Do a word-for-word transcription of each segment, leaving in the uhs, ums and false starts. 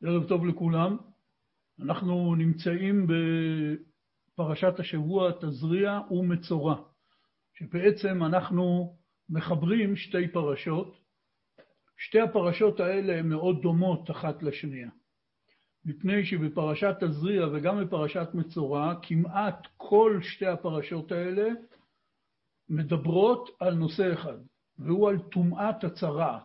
ערב טוב לכולם. אנחנו נמצאים בפרשת השבוע תזריע ומצורע, שבעצם אנחנו מחברים שתי פרשות. שתי הפרשות האלה הן מאוד דומות אחת לשנייה, מפני שבפרשת תזריע וגם בפרשת מצורע כמעט כל שתי הפרשות האלה מדברות על נושא אחד, והוא על טומאת הצרעת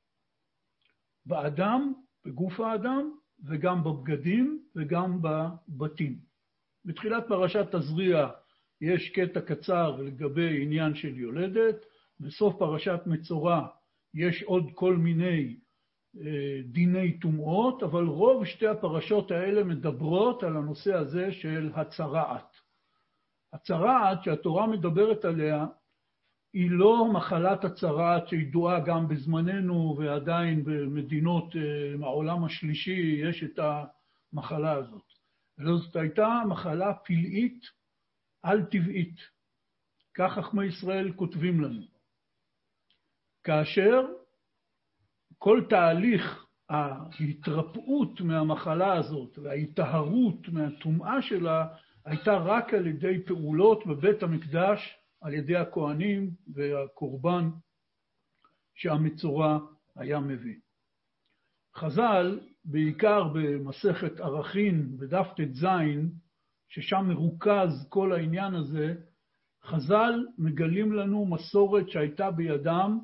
באדם, בגוף האדם, וגם בבגדים וגם בבתים. בתחילת פרשת תזריע יש קטע קצר לגבי עניין של יולדת, בסוף פרשת מצורע יש עוד כל מיני אה, דיני טומאות, אבל רוב שתי הפרשות האלה מדברות על הנושא הזה של הצרעת. הצרעת שהתורה מדברת עליה היא לא מחלת הצרעת שידועה גם בזמננו, ועדיין במדינות מהעולם השלישי יש את המחלה הזאת. זאת הייתה מחלה פלאית על טבעית. כך חכמי ישראל כותבים לנו. כאשר כל תהליך ההתרפאות מהמחלה הזאת וההיטהרות מהטומאה שלה הייתה רק על ידי פעולות בבית המקדש, על ידי הכהנים והקורבן שהמצורע היה מביא. חז"ל, בעיקר במסכת ערכין, בדף ט"ז, ששם מרוכז כל העניין הזה, חז"ל מגלים לנו מסורת שהייתה בידם,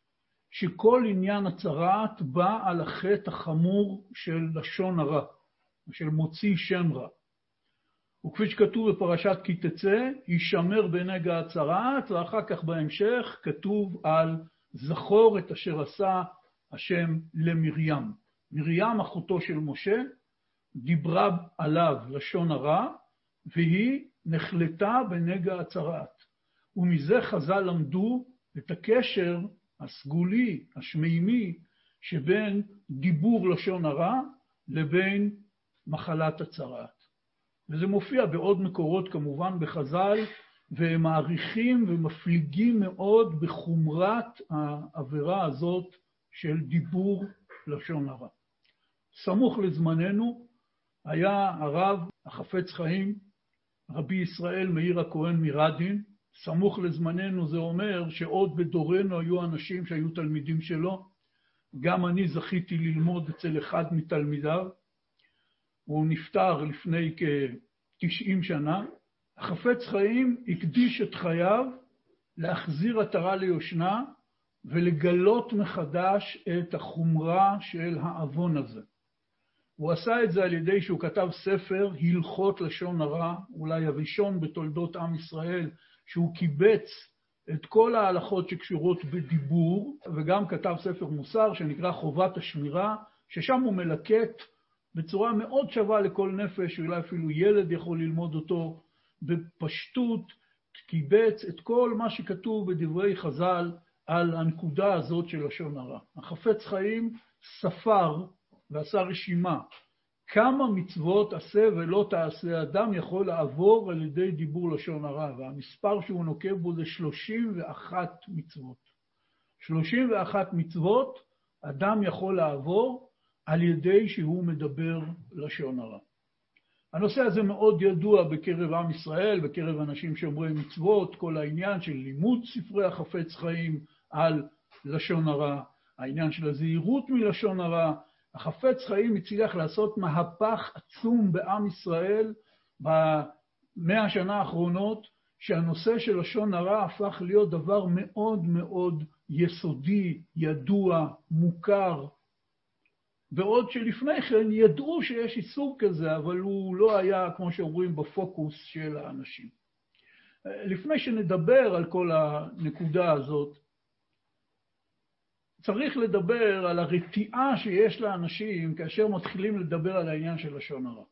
שכל עניין הצרעת בא על החטא החמור של לשון הרע, של מוציא שם רע. וכפי שכתוב בפרשת כי תצא, יישמר בנגע הצרעת, ואחר כך בהמשך כתוב על זכור את אשר עשה השם למרים. מרים, אחותו של משה, דיברה עליו לשון הרע, והיא נחלטה בנגע הצרעת. ומזה חז"ל למדו את הקשר הסגולי, השמימי, שבין דיבור לשון הרע לבין מחלת הצרעת. וזה מופיע בעוד מקורות כמובן בחז"ל, והם מעריכים ומפליגים מאוד בחומרת העבירה הזאת של דיבור לשון הרע. סמוך לזמננו היה הרב החפץ חיים, רבי ישראל מאיר הכהן מרדין. סמוך לזמננו זה אומר שעוד בדורנו היו אנשים שהיו תלמידים שלו. גם אני זכיתי ללמוד אצל אחד מתלמידיו. הוא נפטר לפני כ-תשעים שנה. החפץ חיים הקדיש את חייו להחזיר עטרה ליושנה ולגלות מחדש את החומרה של העוון הזה. הוא עשה את זה על ידי שהוא כתב ספר הלכות לשון הרע, אולי הראשון בתולדות עם ישראל, שהוא קיבץ את כל ההלכות שקשורות בדיבור, וגם כתב ספר מוסר שנקרא חובת השמירה, ששם הוא מלקט בצורה מאוד שווה לכל נפש, אולי אפילו ילד יכול ללמוד אותו בפשטות, קיבץ את כל מה שכתוב בדברי חז"ל על הנקודה הזאת של לשון הרע. החפץ חיים ספר ועשה רשימה כמה מצוות עשה ולא תעשה אדם יכול לעבור על ידי דיבור לשון הרע, והמספר שהוא נוקב בו זה שלושים ואחת מצוות. שלושים ואחת מצוות אדם יכול לעבור על ידי שהוא מדבר לשון הרע. הנושא הזה מאוד ידוע בקרב עם ישראל, בקרב אנשים שאומרים מצוות, כל העניין של לימוד ספרי החפץ חיים על לשון הרע, העניין של הזהירות מלשון הרע. החפץ חיים הצליח לעשות מהפך עצום בעם ישראל במאה השנה האחרונות, שהנושא של לשון הרע הפך להיות דבר מאוד מאוד יסודי, ידוע, מוכר, בעוד שלפני כן ידעו שיש איסור כזה, אבל הוא לא היה, כמו שאומרים, בפוקוס של האנשים. לפני שנדבר על כל הנקודה הזאת, צריך לדבר על הרתיעה שיש לאנשים כאשר מתחילים לדבר על העניין של לשון הרע.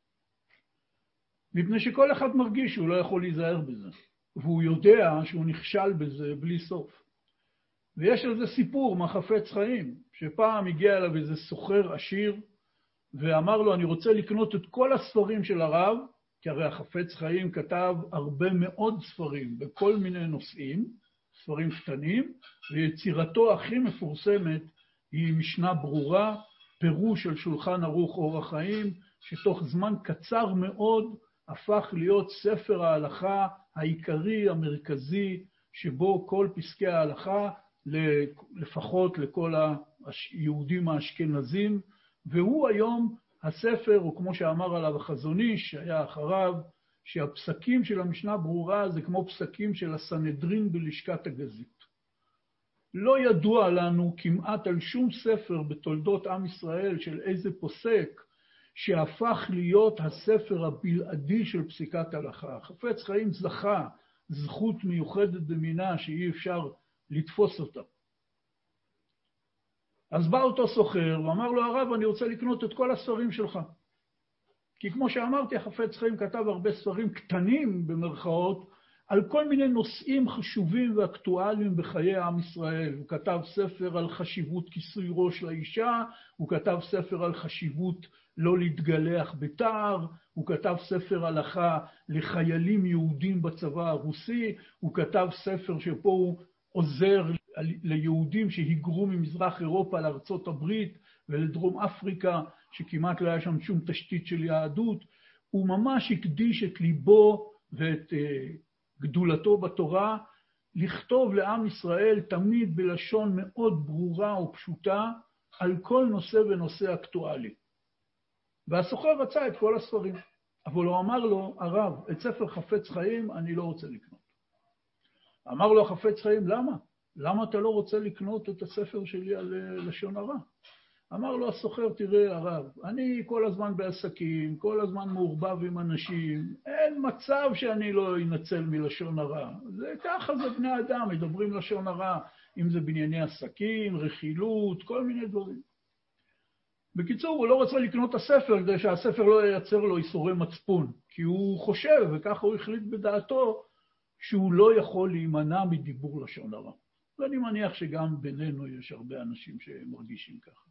מפני שכל אחד מרגיש שהוא לא יכול להיזהר בזה, והוא יודע שהוא נכשל בזה בלי סוף. ויש על זה סיפור מהחפץ חיים, שפעם הגיע אליו איזה סוחר עשיר, ואמר לו, אני רוצה לקנות את כל הספרים של הרב, כי הרי החפץ חיים כתב הרבה מאוד ספרים בכל מיני נושאים, ספרים קטנים, ויצירתו הכי מפורסמת היא משנה ברורה, פירוש של שולחן ערוך אור החיים, שתוך זמן קצר מאוד הפך להיות ספר ההלכה העיקרי, המרכזי, שבו כל פסקי ההלכה, לפחות לכל היהודים האשכנזים, והוא היום הספר, או כמו שאמר עליו החזון איש, שהיה אחריו, שהפסקים של המשנה ברורה זה כמו פסקים של הסנהדרין בלשכת הגזית. לא ידוע לנו כמעט על שום ספר בתולדות עם ישראל של איזה פוסק שהפך להיות הספר הבלעדי של פסיקת הלכה. חפץ חיים זכה זכות מיוחדת במינה שאי אפשר לתפוס אותה. אז בא אותו סוחר ואמר לו, הרב, אני רוצה לקנות את כל הספרים שלך. כי כמו שאמרתי, החפץ חיים כתב הרבה ספרים קטנים במרכאות, על כל מיני נושאים חשובים ואקטואליים בחיי עם ישראל. הוא כתב ספר על חשיבות כיסוי ראש לאישה, הוא כתב ספר על חשיבות לא להתגלח בתער, הוא כתב ספר הלכה לחיילים יהודים בצבא הרוסי, הוא כתב ספר שפה הוא עוזר ליהודים שהיגרו ממזרח אירופה לארצות הברית ולדרום אפריקה, שכמעט לא היה שם שום תשתית של יהדות. הוא ממש הקדיש את ליבו ואת גדולתו בתורה, לכתוב לעם ישראל תמיד בלשון מאוד ברורה ופשוטה, על כל נושא ונושא אקטואלי. והסוחר רצה את כל הספרים, אבל הוא אמר לו, הרב, את ספר חפץ חיים אני לא רוצה לקנות. אמר לו החפץ חיים, למה? למה אתה לא רוצה לקנות את הספר שלי על לשון הרע? אמר לו הסוחר, תראה הרב, אני כל הזמן בעסקים, כל הזמן מעורבב עם אנשים, אין מצב שאני לא אנצל מלשון הרע. זה ככה, זה בני אדם, מדברים לשון הרע, אם זה בענייני עסקים, רכילות, כל מיני דברים. בקיצור, הוא לא רוצה לקנות את הספר, כדי שהספר לא ייצר לו איסורי מצפון, כי הוא חושב, וככה הוא החליט בדעתו, שהוא לא יכול להימנע מדיבור לשון הרע. ואני מניח שגם בינינו יש הרבה אנשים שמרגישים ככה.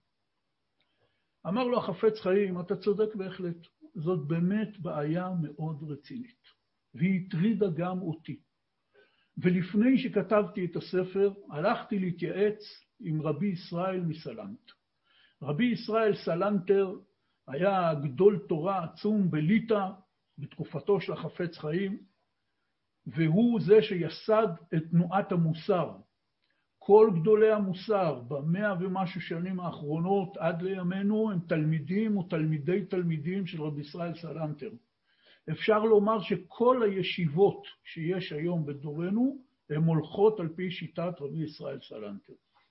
אמר לו החפץ חיים, אתה צודק בהחלט, זאת באמת בעיה מאוד רצינית, והיא הטרידה גם אותי. ולפני שכתבתי את הספר, הלכתי להתייעץ עם רבי ישראל מסלנט. רבי ישראל סלנטר היה גדול תורה עצום בליטא, בתקופתו של החפץ חיים, והוא זה שיסד את תנועת המוסר. כל גדולי המוסר במאה ומשהו שנים האחרונות עד לימינו הם תלמידים או תלמידי תלמידים של רבי ישראל סלנטר. אפשר לומר שכל הישיבות שיש היום בדורנו הן הולכות על פי שיטת רבי ישראל סלנטר.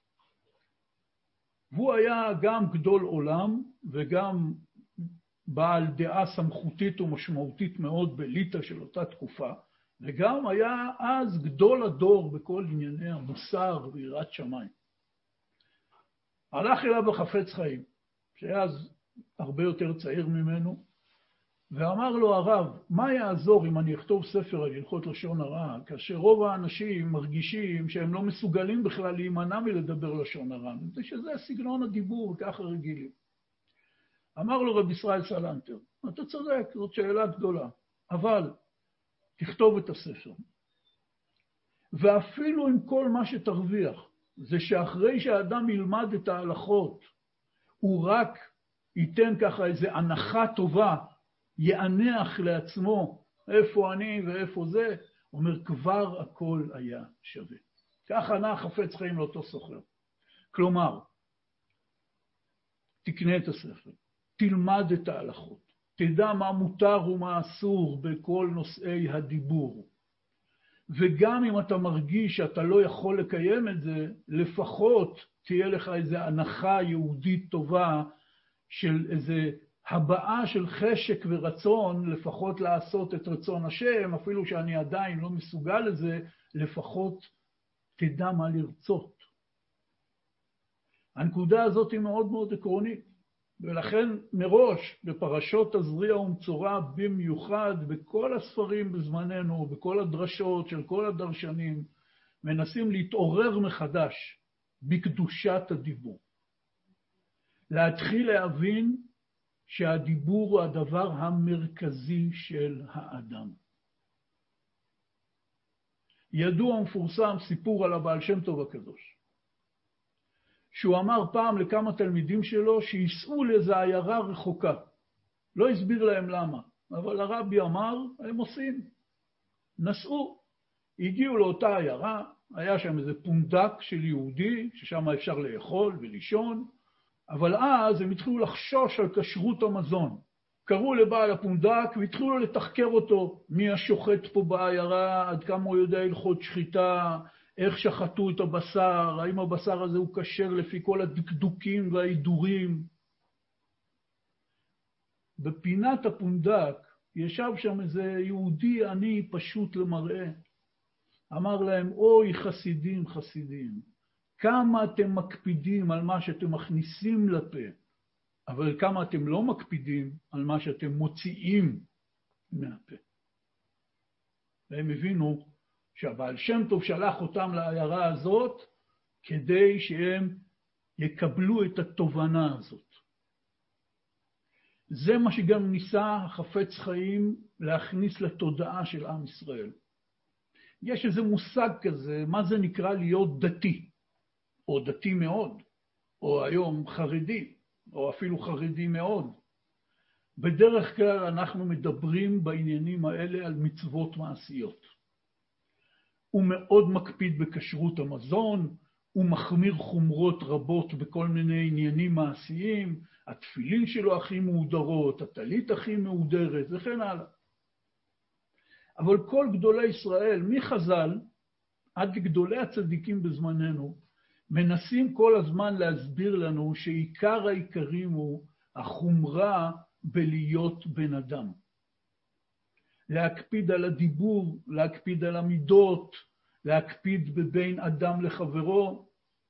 והוא היה גם גדול עולם וגם בעל דעה סמכותית ומשמעותית מאוד בליטא של אותה תקופה, וגם היה אז גדול הדור בכל ענייני המוסר ויראת שמיים. הלך אליו החפץ חיים, שהיה אז הרבה יותר צעיר ממנו, ואמר לו, הרב, מה יעזור אם אני אכתוב ספר על הלכות לשון הרע, כאשר רוב האנשים מרגישים שהם לא מסוגלים בכלל להימנע מלדבר לשון הרע, שזה סגנון הדיבור וככה רגילים. אמר לו רבי ישראל סלנטר, אתה צודק, זאת שאלה גדולה, אבל תכתוב את הספר. ואפילו עם כל מה שתרוויח, זה שאחרי שהאדם ילמד את ההלכות, הוא רק ייתן ככה איזו הנחה טובה, יענח לעצמו איפה אני ואיפה זה, אומר כבר הכל היה שווה. ככה ענה חפץ חיים לאותו סוחר. כלומר, תקנה את הספר, תלמד את ההלכות, תדע מה מותר ומה אסור בכל נושאי הדיבור. וגם אם אתה מרגיש שאתה לא יכול לקיים את זה, לפחות תהיה לך איזו הנחה יהודית טובה של איזה הבאה של חשק ורצון, לפחות לעשות את רצון השם, אפילו שאני עדיין לא מסוגל לזה, לפחות תדע מה לרצות. הנקודה הזאת היא מאוד מאוד עקרונית. ולכן מראש בפרשות תזריע ומצורע במיוחד בכל הספרים בזמננו, בכל הדרשות של כל הדרשנים, מנסים להתעורר מחדש בקדושת הדיבור. להתחיל להבין שהדיבור הוא הדבר המרכזי של האדם. ידוע ומפורסם סיפור על הבעל שם טוב הקדוש, שהוא אמר פעם לכמה תלמידים שלו שיסעו לאיזו עיירה רחוקה. לא הסביר להם למה, אבל הרבי אמר, הם עושים. נסעו, הגיעו לאותה עיירה, היה שם איזה פונדק של יהודי, ששם אפשר לאכול ולישון, אבל אז הם התחילו לחשוש על כשרות המזון. קראו לבעל הפונדק והתחילו לתחקר אותו, מי השוחט פה בעיירה, עד כמה הוא יודע הלכות שחיטה, איך שחטו את הבשר, האם הבשר הזה הוא כשר לפי כל הדקדוקים וההידורים. בפינת הפונדק ישב שם איזה יהודי עני פשוט למראה. אמר להם, אוי חסידים, חסידים, כמה אתם מקפידים על מה שאתם מכניסים לפה, אבל כמה אתם לא מקפידים על מה שאתם מוציאים מהפה. והם הבינו שהבעל שם טוב שלח אותם לעיירה הזאת כדי שהם יקבלו את התובנה הזאת. זה מה שגם ניסה החפץ חיים להכניס לתודעה של עם ישראל. יש איזה מושג כזה, מה זה נקרא להיות דתי, או דתי מאוד, או היום חרדי, או אפילו חרדי מאוד. בדרך כלל אנחנו מדברים בעניינים האלה על מצוות מעשיות. הוא מאוד מקפיד בכשרות המזון, הוא מחמיר חומרות רבות בכל מיני עניינים מעשיים, התפילין שלו הכי מהודרות, הטלית הכי מהודרת, וכן הלאה. אבל כל גדולי ישראל, מחז"ל עד לגדולי הצדיקים בזמננו, מנסים כל הזמן להסביר לנו שעיקר העיקרים הוא החומרה בלהיות בן אדם. להקפיד על הדיבור, להקפיד על המידות, להקפיד בבין אדם לחברו.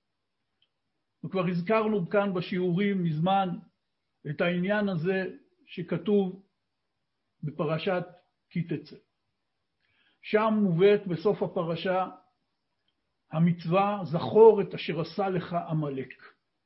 וכבר הזכרנו כאן בשיעורים מזמן את העניין הזה שכתוב בפרשת כי תצא. שם מובאת בסוף הפרשה המצווה, זכור את אשר עשה לך עמלק.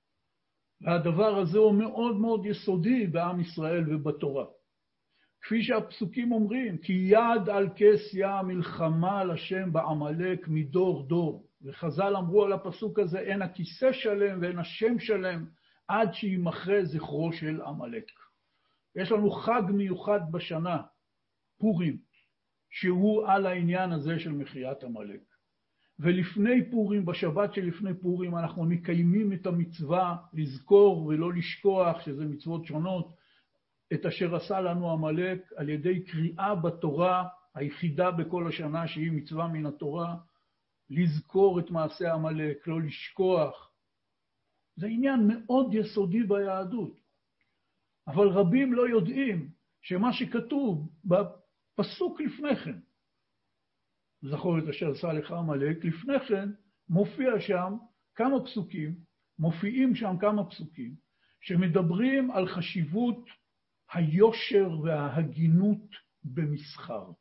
והדבר הזה הוא מאוד מאוד יסודי בעם ישראל ובתורה. כפי שהפסוקים אומרים, כי יד על כס יה מלחמה על השם בעמלק מדור דור. וחז"ל אמרו על הפסוק הזה, אין הכיסא שלם ואין השם שלם, עד שימחה זכרו של עמלק. יש לנו חג מיוחד בשנה, פורים, שהוא על העניין הזה של מחיית עמלק. ולפני פורים, בשבת שלפני פורים, אנחנו מקיימים את המצווה לזכור ולא לשכוח, שזה מצוות שונות, את אשר עשה לנו עמלק על ידי קריאה בתורה, היחידה בכל השנה שהיא מצווה מן התורה, לזכור את מעשה עמלק, לא לשכוח. זה עניין מאוד יסודי ביהדות. אבל רבים לא יודעים שמה שכתוב בפסוק לפני כן, זכור את אשר עשה לך עמלק, לפני כן מופיע שם כמה פסוקים, מופיעים שם כמה פסוקים, שמדברים על חשיבות היושר וההגינות במסחר.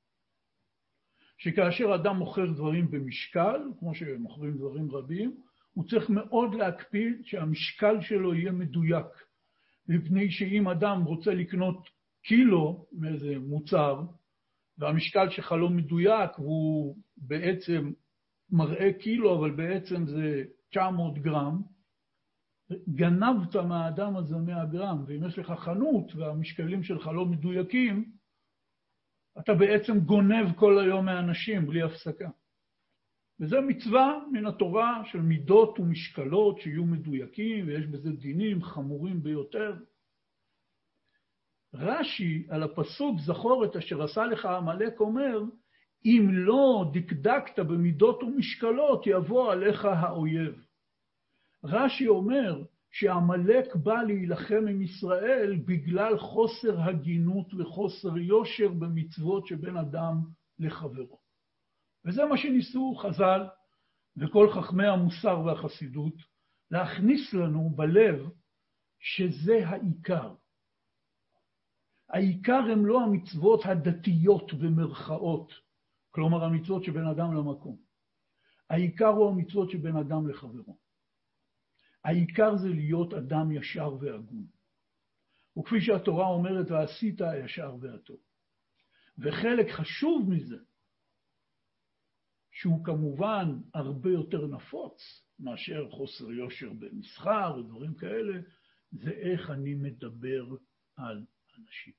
שכאשר אדם מוכר דברים במשקל, כמו שמוכרים דברים רבים, הוא צריך מאוד להקפיד שהמשקל שלו יהיה מדויק. מפני שאם אדם רוצה לקנות קילו מאיזה מוצר, והמשקל שלך לא מדויק, והוא בעצם מראה קילו, אבל בעצם זה תשע מאות גרם, גנבת מהאדם הזה מאה גרם, ואם יש לך חנות והמשקלים שלך לא מדויקים, אתה בעצם גונב כל היום מאנשים בלי הפסקה. וזה מצווה מן התורה של מידות ומשקלות שיהיו מדויקים, ויש בזה דינים חמורים ביותר. רש"י על הפסוק זכור את אשר עשה לך עמלק אומר, אם לא דקדקת במידות ומשקלות יבוא עליך האויב. רש"י אומר שעמלק בא להילחם עם ישראל בגלל חוסר הגינות וחוסר יושר במצוות שבין אדם לחברו. וזה מה שניסו חז"ל וכל חכמי המוסר והחסידות, להכניס לנו בלב שזה העיקר. העיקר הם לא המצוות הדתיות במרכאות, כלומר המצוות שבין אדם למקום. העיקר הוא המצוות שבין אדם לחברו. העיקר זה להיות אדם ישר והגון. וכפי שהתורה אומרת, ועשית הישר והטוב. וחלק חשוב מזה, שהוא כמובן הרבה יותר נפוץ, מאשר חוסר יושר במסחר או דברים כאלה, זה איך אני מדבר על אנשים.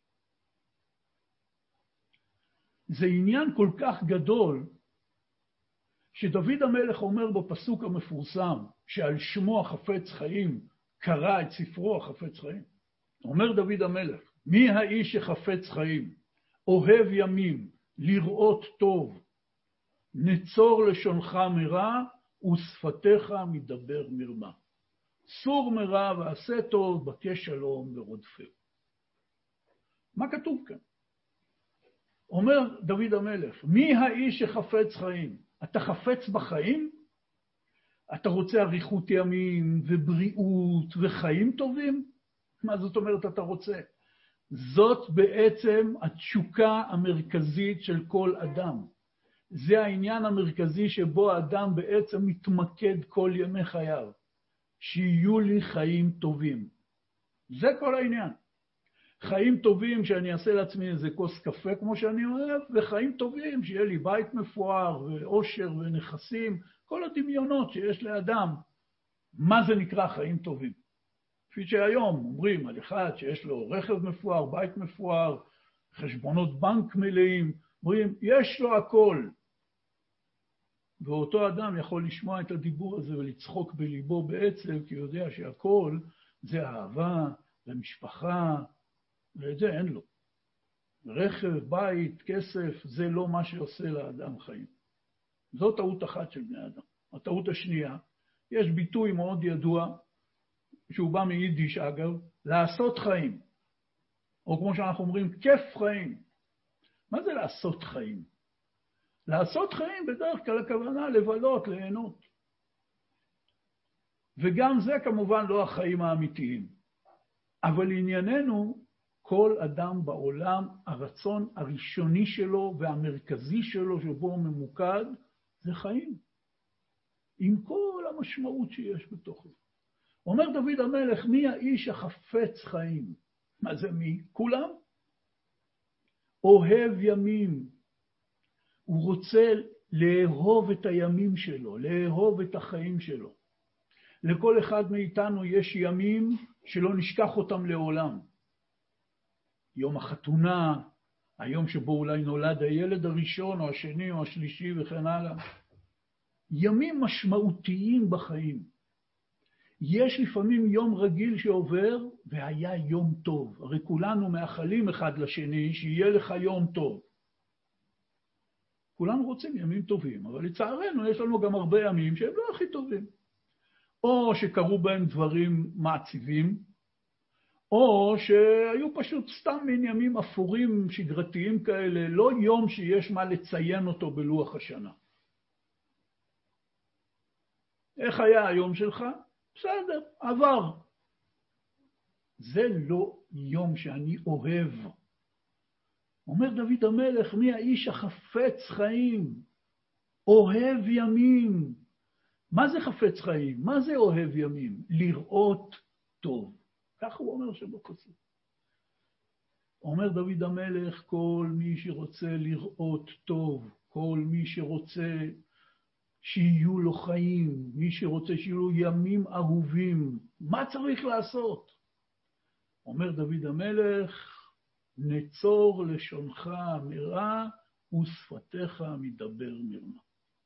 זה עניין כל כך גדול, שדוד המלך אומר בפסוק המפורסם, שעל שמו החפץ חיים, קרא את ספרו החפץ חיים. אומר דוד המלך, מי האיש שחפץ חיים, אוהב ימים, לראות טוב, נצור לשונך מרע, ושפתיך מדבר מרמה. סור מרע ועשה טוב, בקש שלום ורודפהו. מה כתוב כאן? אומר דוד המלך, מי האיש שחפץ חיים? אתה חפץ בחיים? אתה רוצה אריכות ימים ובריאות וחיים טובים? מה זאת אומרת אתה רוצה? זאת בעצם התשוקה המרכזית של כל אדם. זה העניין המרכזי שבו האדם בעצם מתמקד כל ימי חייו. שיהיו לי חיים טובים. זה כל העניין. חיים טובים שאני אעשה לעצמי איזה כוס קפה כמו שאני אוהב, וחיים טובים שיהיה לי בית מפואר ואושר ונכסים, כל הדמיונות שיש לאדם. מה זה נקרא חיים טובים? כפי שהיום אומרים על אחד שיש לו רכב מפואר, בית מפואר, חשבונות בנק מלאים, אומרים יש לו הכל. ואותו אדם יכול לשמוע את הדיבור הזה ולצחוק בליבו בעצם, כי הוא יודע שהכל זה אהבה ומשפחה, ואת זה אין לו. רכב, בית, כסף, זה לא מה שעושה לאדם חיים. זו טעות אחת של בני אדם. הטעות השנייה, יש ביטוי מאוד ידוע, שהוא בא מיידיש אגב, לעשות חיים. או כמו שאנחנו אומרים, כיף חיים. מה זה לעשות חיים? לעשות חיים בדרך כלל הכוונה לבלות, ליהנות. וגם זה כמובן לא החיים האמיתיים. אבל ענייננו, כל אדם בעולם, הרצון הראשוני שלו והמרכזי שלו שבו הוא ממוקד, זה חיים. עם כל המשמעות שיש בתוכו. אומר דוד המלך, מי האיש החפץ חיים? מה זה מי? כולם? אוהב ימים. הוא רוצה לאהוב את הימים שלו, לאהוב את החיים שלו. לכל אחד מאיתנו יש ימים שלא נשכח אותם לעולם. יום החתונה, היום שבו אולי נולד הילד הראשון או השני או השלישי וכן הלאה. ימים משמעותיים בחיים. יש לפעמים יום רגיל שעובר והיה יום טוב. הרי כולנו מאחלים אחד לשני שיהיה לך יום טוב. כולנו רוצים ימים טובים, אבל לצערנו יש לנו גם הרבה ימים שהם לא הכי טובים. או שקרו בהם דברים מעציבים, או שהיו פשוט סתם מין ימים אפורים שגרתיים כאלה, לא יום שיש מה לציין אותו בלוח השנה. איך היה היום שלך? בסדר, עבר. זה לא יום שאני אוהב. אומר דוד המלך, מי האיש החפץ חיים? אוהב ימים. מה זה חפץ חיים? מה זה אוהב ימים? לראות טוב. כך הוא אומר שבפסוק. אומר דוד המלך, כל מי שרוצה לראות טוב, כל מי שרוצה שיהיו לו חיים, מי שרוצה שיהיו לו ימים אהובים, מה צריך לעשות? אומר דוד המלך, נצור לשונך מרע ושפתיך מדבר מרמה.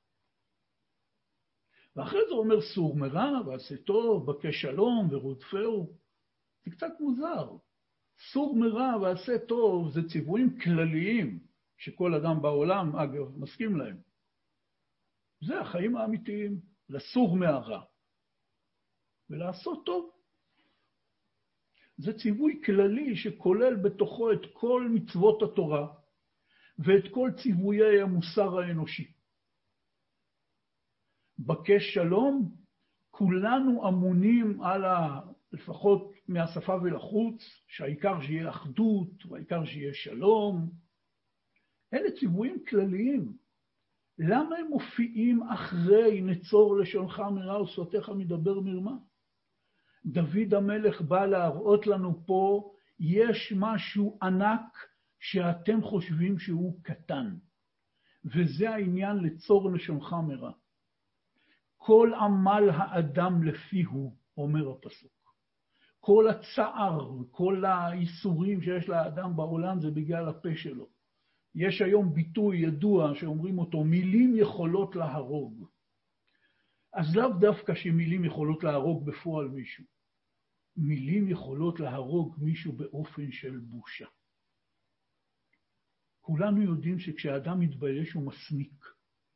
ואחרי זה אומר סור מרע ועשה טוב, בקש שלום ורודפהו. זה קצת מוזר. סור מרע ועשה טוב זה ציוויים כלליים שכל אדם בעולם, אגב, מסכים להם. זה החיים האמיתיים, לסור מהרע ולעשות טוב. זה ציווי כללי שכולל בתוכו את כל מצוות התורה ואת כל ציוויי המוסר האנושי. בקש שלום, כולנו אמונים על ה... לפחות מהשפה ולחוץ, שהעיקר שיהיה אחדות, והעיקר שיהיה שלום. אלה ציוויים כלליים. למה הם מופיעים אחרי נצור לשונך מרע ושפתיך מדבר מרמה? דוד המלך בא להראות לנו פה, יש משהו ענק שאתם חושבים שהוא קטן. וזה העניין לצור לשונך מרע. כל עמל האדם לפיהו, אומר הפסוק. כל הצער, כל האיסורים שיש לאדם בעולם זה בגלל הפה שלו. יש היום ביטוי ידוע שאומרים אותו, מילים יכולות להרוג. אז לאו דווקא שמילים יכולות להרוג בפועל מישהו. מילים יכולות להרוג מישהו באופן של בושה. כולנו יודעים שכשאדם מתבייש הוא מסמיק.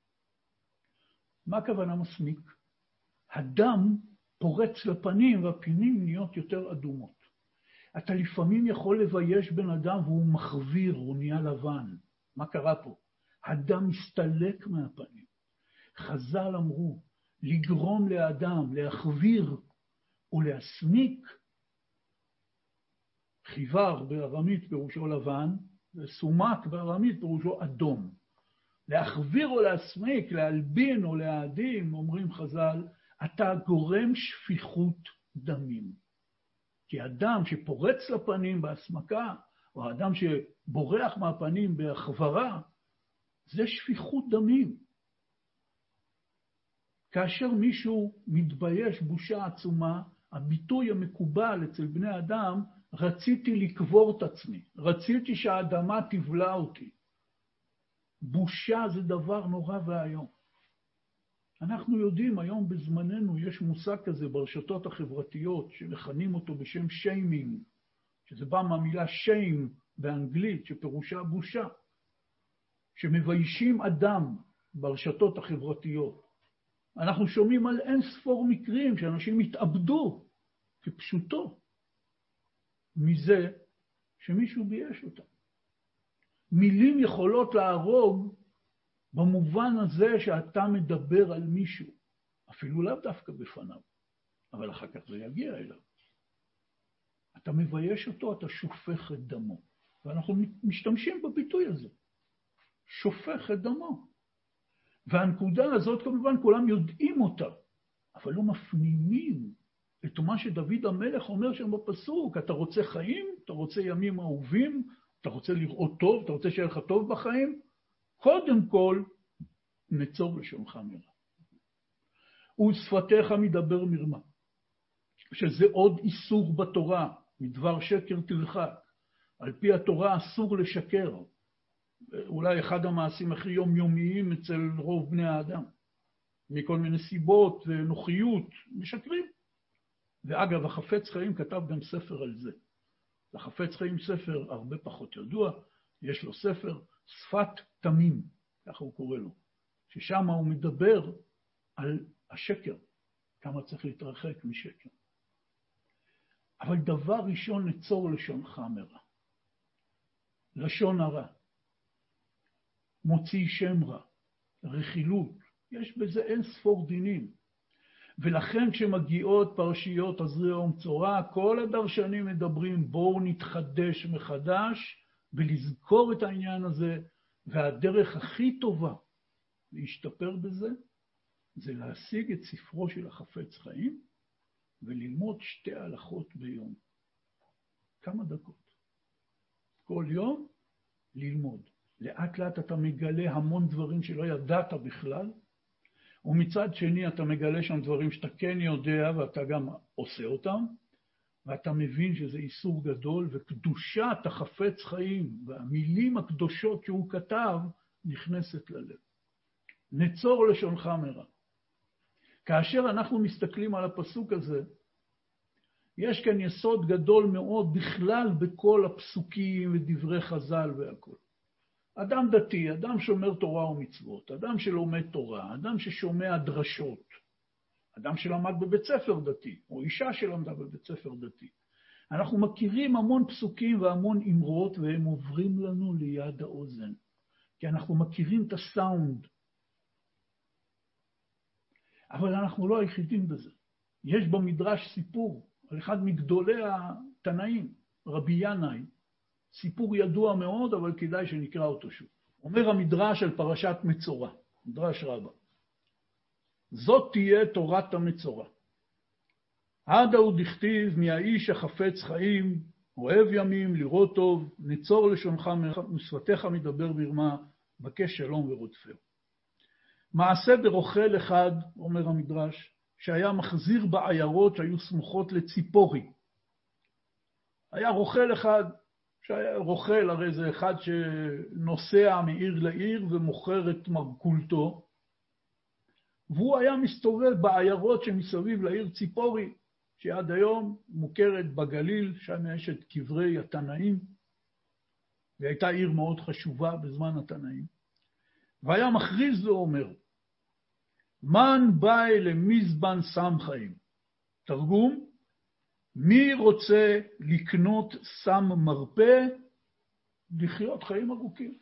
מה הכוונה מסמיק? הדם פורץ לפנים והפנים נהיות יותר אדומות. אתה לפעמים יכול לבייש בן אדם והוא מחוויר, הוא נהיה לבן. מה קרה פה? הדם מסתלק מהפנים. חז"ל אמרו, לגרום לאדם, להחוויר או להסמיק, חיוור בארמית פירושו לבן, וסומק בארמית פירושו אדום. להחוויר או להסמיק, להלבין או להאדים, אומרים חז"ל, אתה גורם שפיכות דמים. כי אדם שפורץ לפנים בהסמקה, או האדם שבורח מהפנים בהחברה, זה שפיכות דמים. כאשר מישהו מתבייש בושה עצומה, הביטוי המקובל אצל בני אדם, רציתי לקבור את עצמי, רציתי שהאדמה תבלע אותי. בושה זה דבר נורא והיום. אנחנו יודעים, היום בזמננו יש מושג כזה ברשתות החברתיות, שמכנים אותו בשם שיימינג, שזה בא מהמילה שיים באנגלית, שפירושה בושה, שמביישים אדם ברשתות החברתיות. אנחנו שומעים על אין ספור מקרים שאנשים התאבדו כפשוטו, מזה שמישהו בייש אותם. מילים יכולות להרוג במובן הזה שאתה מדבר על מישהו, אפילו לאו דווקא בפניו, אבל אחר כך זה יגיע אליו. אתה מבייש אותו, אתה שופך את דמו. ואנחנו משתמשים בביטוי הזה, שופך את דמו. והנקודה הזאת כמובן כולם יודעים אותה, אבל לא מפנימים את מה שדוד המלך אומר שם בפסוק, אתה רוצה חיים, אתה רוצה ימים אהובים, אתה רוצה לראות טוב, אתה רוצה שיהיה לך טוב בחיים, קודם כל נצור לשונך מרע. ושפתיך מדבר מרמה, שזה עוד איסור בתורה, מדבר שקר תרחק. על פי התורה אסור לשקר, אולי אחד המעשים הכי יומיומיים אצל רוב בני האדם. מכל מיני סיבות ונוחיות, משקרים. ואגב, החפץ חיים כתב גם ספר על זה. לחפץ חיים ספר הרבה פחות ידוע, יש לו ספר שפת תמים, ככה הוא קורא לו, ששם הוא מדבר על השקר, כמה צריך להתרחק משקר. אבל דבר ראשון נצור לשונך מרע. לשון הרע. מוציא שם רע. רכילות. יש בזה אין ספור דינים. ולכן כשמגיעות פרשיות עזריה ומצורע, כל הדרשנים מדברים בואו נתחדש מחדש ולזכור את העניין הזה, והדרך הכי טובה להשתפר בזה, זה להשיג את ספרו של החפץ חיים, וללמוד שתי הלכות ביום. כמה דקות. כל יום ללמוד. לאט לאט אתה מגלה המון דברים שלא ידעת בכלל, ומצד שני אתה מגלה שם דברים שאתה כן יודע ואתה גם עושה אותם, ואתה מבין שזה איסור גדול, וקדושת החפץ חיים והמילים הקדושות שהוא כתב נכנסת ללב. נצור לשונך מרע. כאשר אנחנו מסתכלים על הפסוק הזה, יש כאן יסוד גדול מאוד בכלל בכל הפסוקים ודברי חז"ל והכל. אדם דתי, אדם שומר תורה ומצוות, אדם שלומד תורה, אדם ששומע דרשות, אדם שלמד בבית ספר דתי, או אישה שלמדה בבית ספר דתי. אנחנו מכירים המון פסוקים והמון אמרות, והם עוברים לנו ליד האוזן, כי אנחנו מכירים את הסאונד. אבל אנחנו לא היחידים בזה. יש במדרש סיפור על אחד מגדולי התנאים, רבי ינאי, סיפור ידוע מאוד, אבל כדאי שנקרא אותו שוב. אומר המדרש על פרשת מצורע, מדרש רבה. זאת תהיה תורת המצורע. עד הוא דכתיב מהאיש החפץ חיים, אוהב ימים, לראות טוב, נצור לשונך ושפתיך מדבר מרמה, בקש שלום ורודפהו. מעשה ברוכל אחד, אומר המדרש, שהיה מחזיר בעיירות שהיו סמוכות לציפורי. היה רוכל אחד, שהיה רוכל, הרי זה אחד שנוסע מעיר לעיר ומוכר את מרכולתו, והוא היה מסתובב בעיירות שמסביב לעיר ציפורי, שעד היום מוכרת בגליל, שם יש את קברי התנאים, והייתה עיר מאוד חשובה בזמן התנאים. והיה מכריז ואומר, מן באי למזבן סם חיים. תרגום, מי רוצה לקנות סם מרפא לחיות חיים ארוכים?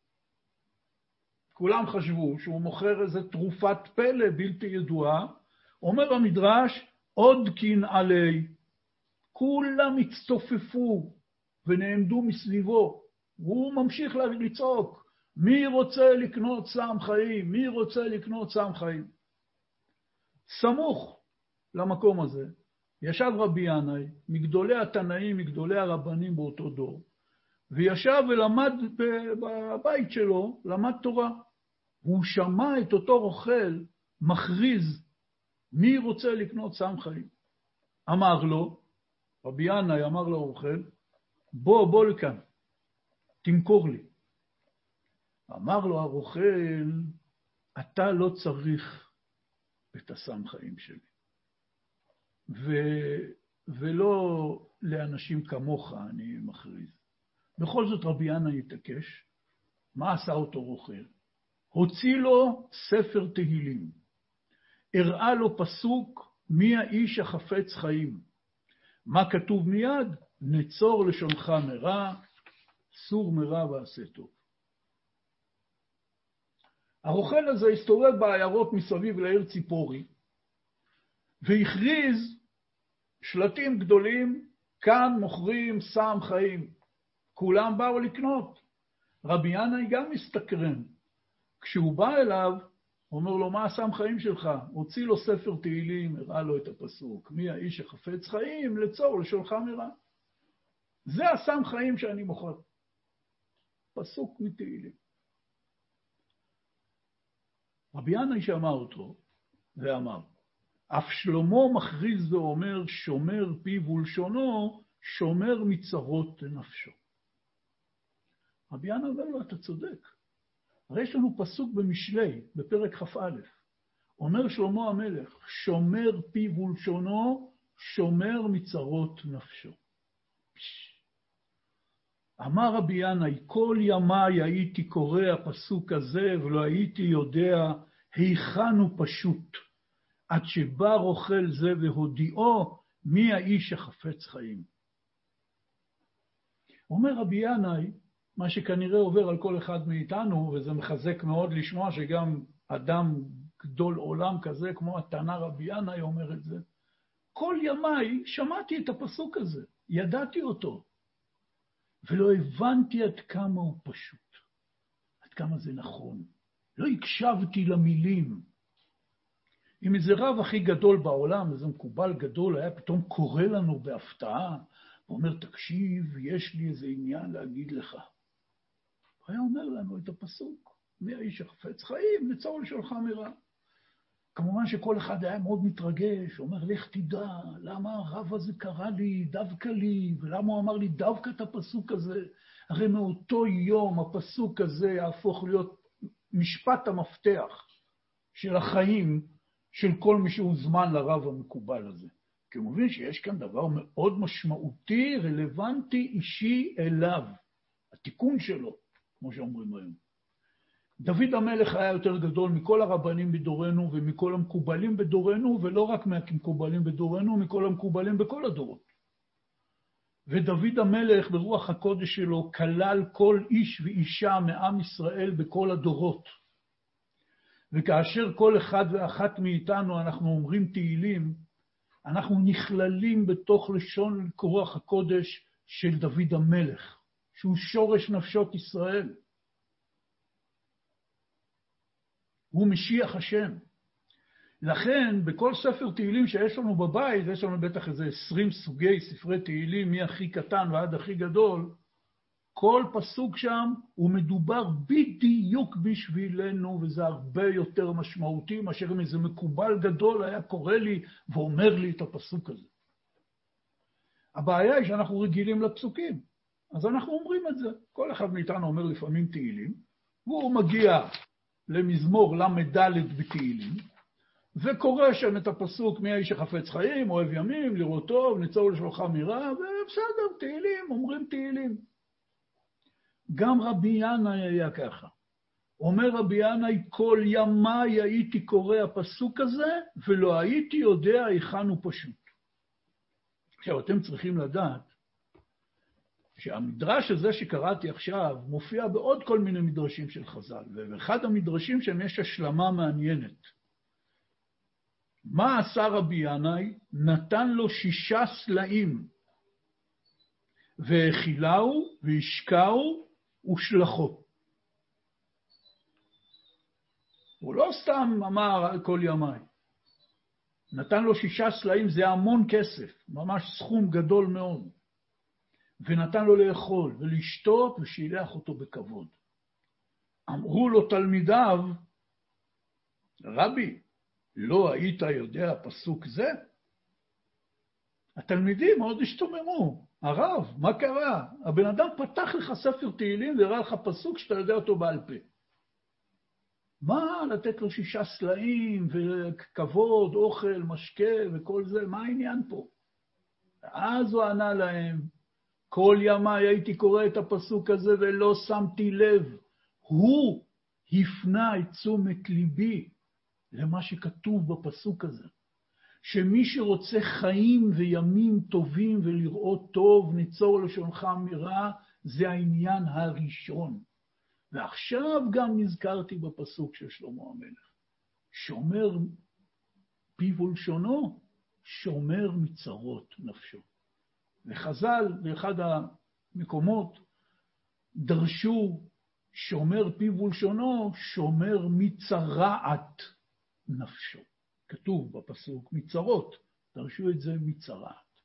כולם חשבו שהוא מוכר איזה תרופת פלא בלתי ידועה. אומר המדרש, עוד קין עלי. כולם הצטופפו ונעמדו מסביבו. והוא ממשיך לצעוק, מי רוצה לקנות סם חיים? מי רוצה לקנות סם חיים? סמוך למקום הזה ישב רבי ינאי, מגדולי התנאים, מגדולי הרבנים באותו דור, וישב ולמד בבית שלו, למד תורה. הוא שמע את אותו רוכל מכריז, מי רוצה לקנות סם חיים? אמר לו, רבי ינאי אמר לו רוכל, בוא, בוא לכאן, תמכור לי. אמר לו הרוכל, אתה לא צריך את הסם חיים שלי. ו... ולא לאנשים כמוך אני מכריז. בכל זאת רבי ינאי התעקש. מה עשה אותו רוכל? הוציא לו ספר תהילים. הראה לו פסוק, מי האיש החפץ חיים. מה כתוב מיד? נצור לשונך מרע, סור מרע ועשה טוב. הרוכל הזה הסתובב בעיירות מסביב לעיר ציפורי, והכריז שלטים גדולים, כאן מוכרים סם חיים. כולם באו לקנות. רבי ינאי גם מסתקרן. כשהוא בא אליו, הוא אומר לו, מה הסם חיים שלך? הוציא לו ספר תהילים, הראה לו את הפסוק. מי האיש החפץ חיים? לצור לשונך מרע. זה הסם חיים שאני מוכר. פסוק מתהילים. רבי ינאי שמע אותו ואמר, אף שלמה מכריז ואומר, שומר פיו ולשונו, שומר מצרות לנפשו. רבי ינאי אומר לו, אתה צודק. הרי יש לנו פסוק במשלי, בפרק כ"א. אומר שלמה המלך, שומר פיו ולשונו, שומר מצרות נפשו. אמר רבי ינאי, כל ימי הייתי קורא הפסוק הזה, ולא הייתי יודע היכן הוא פשוט, עד שבא רוכל זה והודיעו, מי האיש החפץ חיים. אומר רבי ינאי, מה שכנראה עובר על כל אחד מאיתנו, וזה מחזק מאוד לשמוע שגם אדם גדול עולם כזה, כמו התנא רבי ינאי אומר את זה, כל ימי שמעתי את הפסוק הזה, ידעתי אותו, ולא הבנתי עד כמה הוא פשוט, עד כמה זה נכון. לא הקשבתי למילים. אם איזה רב הכי גדול בעולם, איזה מקובל גדול, היה פתאום קורא לנו בהפתעה, ואומר, תקשיב, יש לי איזה עניין להגיד לך. הוא היה אומר לנו את הפסוק, מי האיש החפץ חיים, לצור לשונך מרע. כמובן שכל אחד היה מאוד מתרגש, אומר, לך תדע, למה הרב הזה קרא לי, דווקא לי, ולמה הוא אמר לי דווקא את הפסוק הזה? הרי מאותו יום הפסוק הזה יהפוך להיות משפט המפתח של החיים של כל מי שהוזמן לרב המקובל הזה. כי הוא מבין שיש כאן דבר מאוד משמעותי, רלוונטי, אישי אליו. התיקון שלו, כמו שאומרים היום. דוד המלך היה יותר גדול מכל הרבנים בדורנו ומכל המקובלים בדורנו, ולא רק מהמקובלים בדורנו, מכל המקובלים בכל הדורות. ודוד המלך ברוח הקודש שלו כלל כל איש ואישה מעם ישראל בכל הדורות. וכאשר כל אחד ואחת מאיתנו אנחנו אומרים תהילים, אנחנו נכללים בתוך לשון רוח הקודש של דוד המלך, שהוא שורש נפשות ישראל. הוא משיח השם. לכן, בכל ספר תהילים שיש לנו בבית, יש לנו בטח איזה עשרים סוגי ספרי תהילים, מהכי קטן ועד הכי גדול, כל פסוק שם הוא מדובר בדיוק בשבילנו, וזה הרבה יותר משמעותי, מאשר אם איזה מקובל גדול היה קורא לי ואומר לי את הפסוק הזה. הבעיה היא שאנחנו רגילים לפסוקים, אז אנחנו אומרים את זה. כל אחד מאיתנו אומר לפעמים תהילים, והוא מגיע למזמור למד בתהילים, וקורא שם את הפסוק מי האיש החפץ חיים, אוהב ימים, לראות טוב, ניצור לשלוחה מרע, ובסדר, תהילים, אומרים תהילים. גם רבי ינאי היה ככה. אומר רבי ינאי, כל ימי הייתי קורא הפסוק הזה, ולא הייתי יודע היכן הוא פשוט. עכשיו, אתם צריכים לדעת שהמדרש הזה שקראתי עכשיו מופיע בעוד כל מיני מדרשים של חז"ל, ובאחד המדרשים שם יש השלמה מעניינת. מה עשה רבי ינאי? נתן לו שישה סלעים, והאכילהו והשקהו ושלחו. הוא לא סתם אמר כל ימי. נתן לו שישה סלעים, זה המון כסף, ממש סכום גדול מאוד. ונתן לו לאכול ולשתות ושילח אותו בכבוד. אמרו לו תלמידיו, רבי, לא היית יודע פסוק זה? התלמידים מאוד השתוממו. הרב, מה קרה? הבן אדם פתח לך ספר תהילים והראה לך פסוק שאתה יודע אותו בעל פה. מה לתת לו שישה סלעים וכבוד, אוכל, משקה וכל זה? מה העניין פה? אז הוא ענה להם, כל ימי הייתי קורא את הפסוק הזה ולא שמתי לב. הוא הפנה את תשומת ליבי למה שכתוב בפסוק הזה. שמי שרוצה חיים וימים טובים ולראות טוב, ניצור לשונך מרע, זה העניין הראשון. ועכשיו גם נזכרתי בפסוק של שלמה המלך. שומר פיו ולשונו, שומר מצרות נפשו. וחז"ל באחד המקומות דרשו שומר פיו ולשונו, שומר מצרעת נפשו. כתוב בפסוק מצרות, דרשו את זה מצרעת.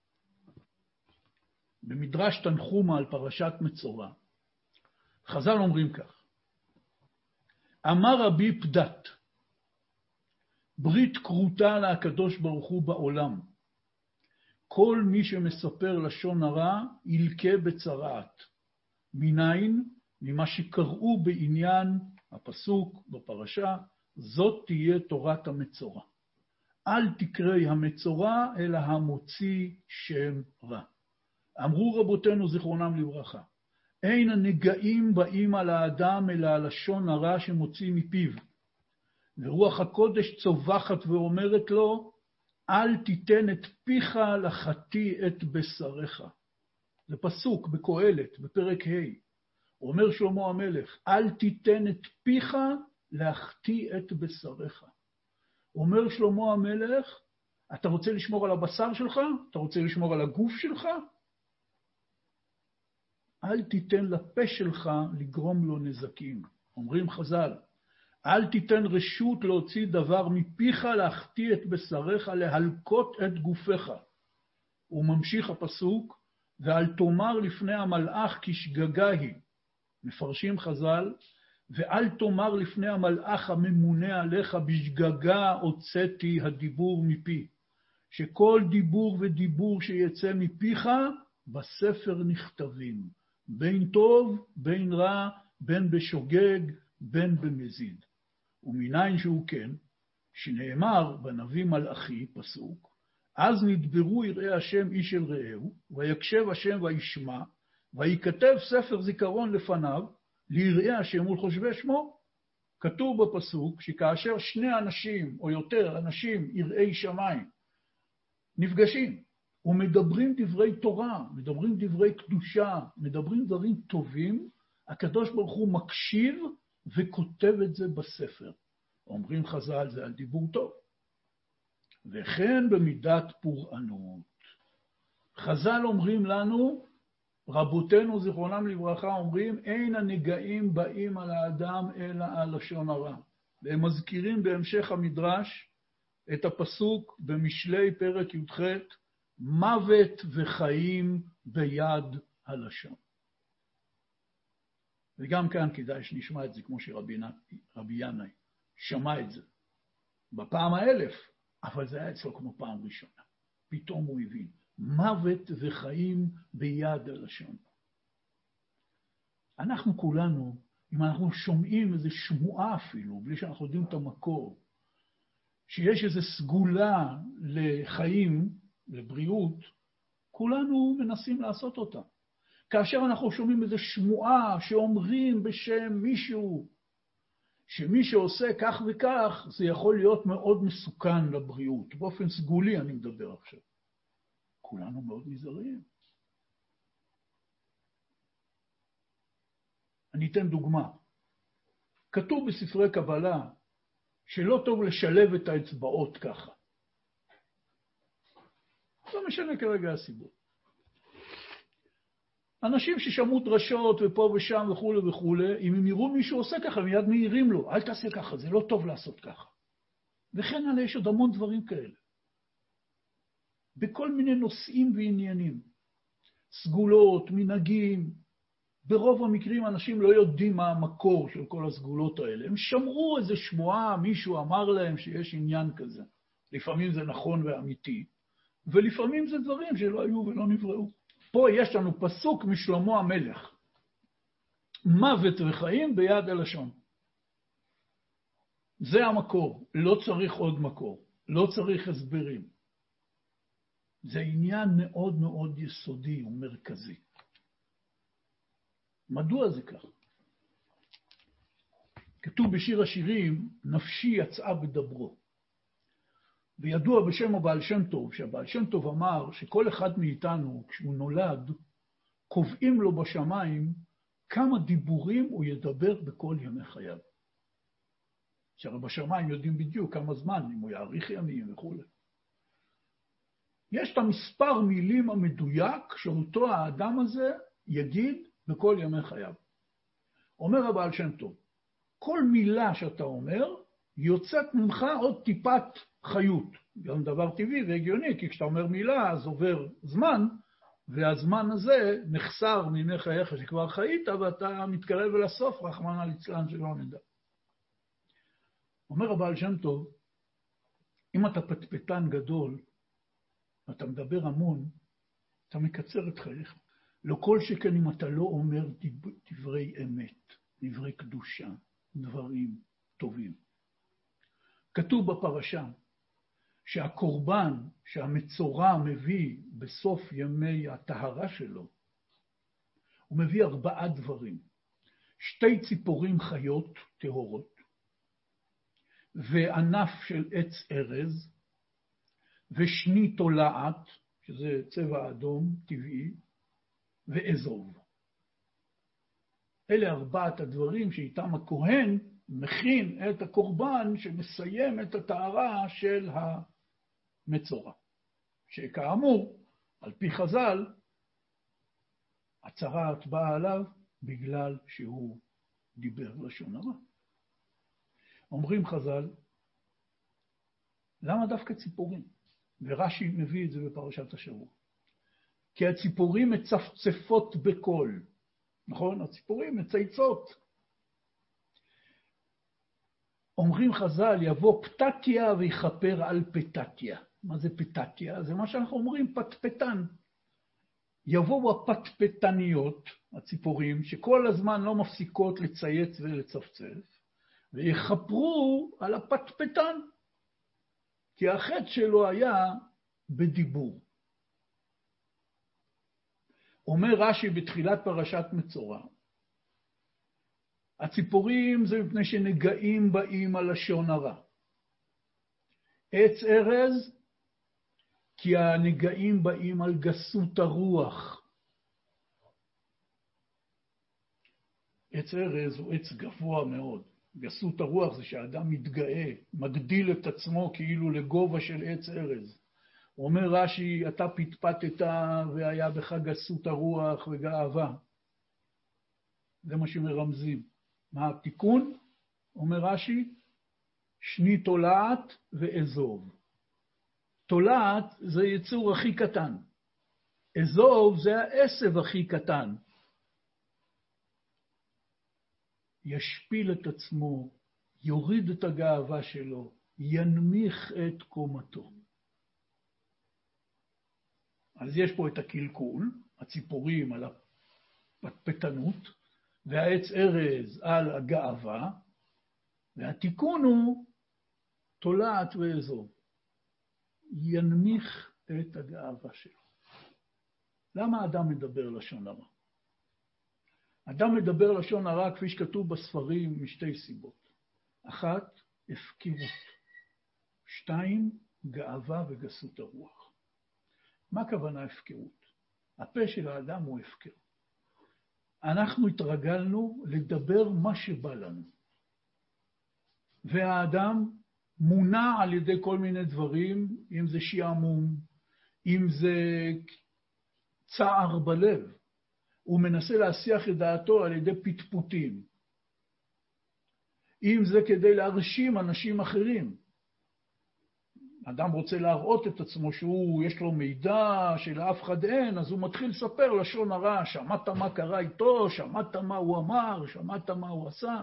במדרש תנחומה על פרשת מצורע, חז"ל אומרים כך, אמר רבי פדת, ברית קרותה להקדוש ברוך הוא בעולם. כל מי שמספר לשון הרע ילקה בצרעת. מניין? ממה שקראו בעניין הפסוק בפרשה, זאת תהיה תורת המצורע. אל תקראי המצורע אלא המוציא שם רע. אמרו רבותינו זיכרונם לברכה, אין הנגעים באים על האדם אלא על לשון הרע שמוציא מפיו. ורוח הקודש צובחת ואומרת לו, אל תיתן את פיך לחטיא את בשריך. זה פסוק בקהלת, בפרק ה'. אומר שלמה המלך, אל תיתן את פיך להחטיא את בשריך. אומר שלמה המלך, אתה רוצה לשמור על הבשר שלך? אתה רוצה לשמור על הגוף שלך? אל תיתן לפה שלך לגרום לו נזקים. אומרים חז"ל, אל תיתן רשות להוציא דבר מפיך להחטיא את בשריך, להלקות את גופך. הוא ממשיך הפסוק, ואל תאמר לפני המלאך כשגגה היא. מפרשים חז"ל, ואל תאמר לפני המלאך הממונה עליך בשגגה הוצאתי הדיבור מפי. שכל דיבור ודיבור שיצא מפיך בספר נכתבים. בין טוב, בין רע, בין בשוגג, בין במזיד. ומניין שהוא כן, שנאמר בנביא מלאכי, פסוק, אז נדברו יראי השם איש אל רעהו, ויקשב השם וישמע, ויכתב ספר זיכרון לפניו, ליראי השם ולחושבי שמו. כתוב בפסוק שכאשר שני אנשים או יותר אנשים יראי שמיים נפגשים ומדברים דברי תורה, מדברים דברי קדושה, מדברים דברים טובים, הקדוש ברוך הוא מקשיב וכותב את זה בספר. אומרים חז"ל, זה על דיבור טוב. וכן במידת פורענות. חז"ל אומרים לנו, רבותינו זיכרונם לברכה אומרים, אין הנגעים באים על האדם אלא על לשון הרע. והם מזכירים בהמשך המדרש את הפסוק במשלי פרק י"ח, מוות וחיים ביד הלשון. וגם כאן כדאי שנשמע את זה כמו שרבי ינאי שמע את זה. בפעם האלף, אבל זה היה אצלו כמו פעם ראשונה. פתאום הוא הבין, מוות וחיים ביד הלשון. אנחנו כולנו, אם אנחנו שומעים איזו שמועה אפילו, בלי שאנחנו יודעים את המקור, שיש איזו סגולה לחיים, לבריאות, כולנו מנסים לעשות אותה. כאשר אנחנו שומעים איזו שמועה שאומרים בשם מישהו, שמי שעושה כך וכך, זה יכול להיות מאוד מסוכן לבריאות. באופן סגולי אני מדבר עכשיו. כולנו מאוד נזהרים. אני אתן דוגמה. כתוב בספרי קבלה שלא טוב לשלב את האצבעות ככה. לא משנה כרגע הסיבות. אנשים ששמעו דרשות ופה ושם וכו' וכו', אם הם יראו מישהו עושה ככה, מיד מעירים לו, אל תעשה ככה, זה לא טוב לעשות ככה. וכן הלאה, יש עוד המון דברים כאלה. בכל מיני נושאים ועניינים. סגולות, מנהגים. ברוב המקרים אנשים לא יודעים מה המקור של כל הסגולות האלה. הם שמעו איזו שמועה, מישהו אמר להם שיש עניין כזה. לפעמים זה נכון ואמיתי, ולפעמים זה דברים שלא היו ולא נבראו. פה יש לנו פסוק משלמה המלך. מוות וחיים ביד הלשון. זה המקור. לא צריך עוד מקור. לא צריך הסברים. זה עניין מאוד מאוד יסודי ומרכזי. מדוע זה כך? כתוב בשיר השירים, נפשי יצאה בדברו. וידוע בשם הבעל שם טוב, שהבעל שם טוב אמר שכל אחד מאיתנו, כשהוא נולד, קובעים לו בשמיים כמה דיבורים הוא ידבר בכל ימי חייו. שהרי בשמיים יודעים בדיוק כמה זמן, אם הוא יאריך ימים וכו'. יש את המספר מילים המדויק שאותו האדם הזה יגיד בכל ימי חייו. אומר הבעל שם טוב, כל מילה שאתה אומר, יוצאת ממך עוד טיפת חיות. גם דבר טבעי והגיוני, כי כשאתה אומר מילה, אז עובר זמן, והזמן הזה נחסר מימי חייך שכבר חיית, ואתה מתקרב אל הסוף, רחמנא ליצלן שלא נדע. אומר הבעל שם טוב, אם אתה פטפטן גדול, ואתה מדבר המון, אתה מקצר את חייך. לא כל שכן אם אתה לא אומר דברי אמת, דברי קדושה, דברים טובים. כתוב בפרשה שהקורבן שהמצורע מביא בסוף ימי הטהרה שלו, הוא מביא ארבעה דברים. שתי ציפורים חיות טהורות, וענף של עץ ארז, ושני תולעת, שזה צבע אדום טבעי, ואזוב. אלה ארבעת הדברים שאיתם הכהן מכין את הקורבן שמסיים את הטהרה של המצורע. שכאמור, על פי חז"ל, הצרעת באה עליו בגלל שהוא דיבר לשון הרע. אומרים חז"ל, למה דווקא ציפורים? ורש"י מביא את זה בפרשת השבוע. כי הציפורים מצפצפות בקול. נכון? הציפורים מצייצות. אומרים חז"ל, יבוא פתתיה ויחפר על פתתיה. מה זה פתתיה? זה מה שאנחנו אומרים, פטפטן. יבואו הפטפטניות, הציפורים, שכל הזמן לא מפסיקות לצייץ ולצפצף, ויחפרו על הפטפטן. כי החטא שלו היה בדיבור. אומר רש"י בתחילת פרשת מצורע, הציפורים זה מפני שנגעים באים על לשון הרע. עץ ארז, כי הנגעים באים על גסות הרוח. עץ ארז הוא עץ גבוה מאוד. גסות הרוח זה שהאדם מתגאה, מגדיל את עצמו כאילו לגובה של עץ ארז. הוא אומר רש"י, אתה פטפטת והיה בך גסות הרוח וגאווה. זה מה שמרמזים. מה התיקון? אומר רש"י, שני תולעת ואזוב. תולעת זה יצור הכי קטן. אזוב זה העשב הכי קטן. ישפיל את עצמו, יוריד את הגאווה שלו, ינמיך את קומתו. אז יש פה את הקלקול, הציפורים על הפטפטנות, והעץ ארז על הגאווה, והתיקון הוא תולעת ואזור. ינמיך את הגאווה שלו. למה אדם מדבר לשון הרע? אדם מדבר לשון הרע כפי שכתוב בספרים משתי סיבות. אחת, הפקרות. שתיים, גאווה וגסות הרוח. מה הכוונה הפקרות? הפה של האדם הוא הפקר. אנחנו התרגלנו לדבר מה שבא לנו. והאדם מונע על ידי כל מיני דברים, אם זה שעמום, אם זה צער בלב. הוא מנסה להסיח את דעתו על ידי פטפוטים. אם זה כדי להרשים אנשים אחרים. אדם רוצה להראות את עצמו שהוא, יש לו מידע שלאף אחד אין, אז הוא מתחיל לספר לשון הרע, שמעת מה קרה איתו, שמעת מה הוא אמר, שמעת מה הוא עשה.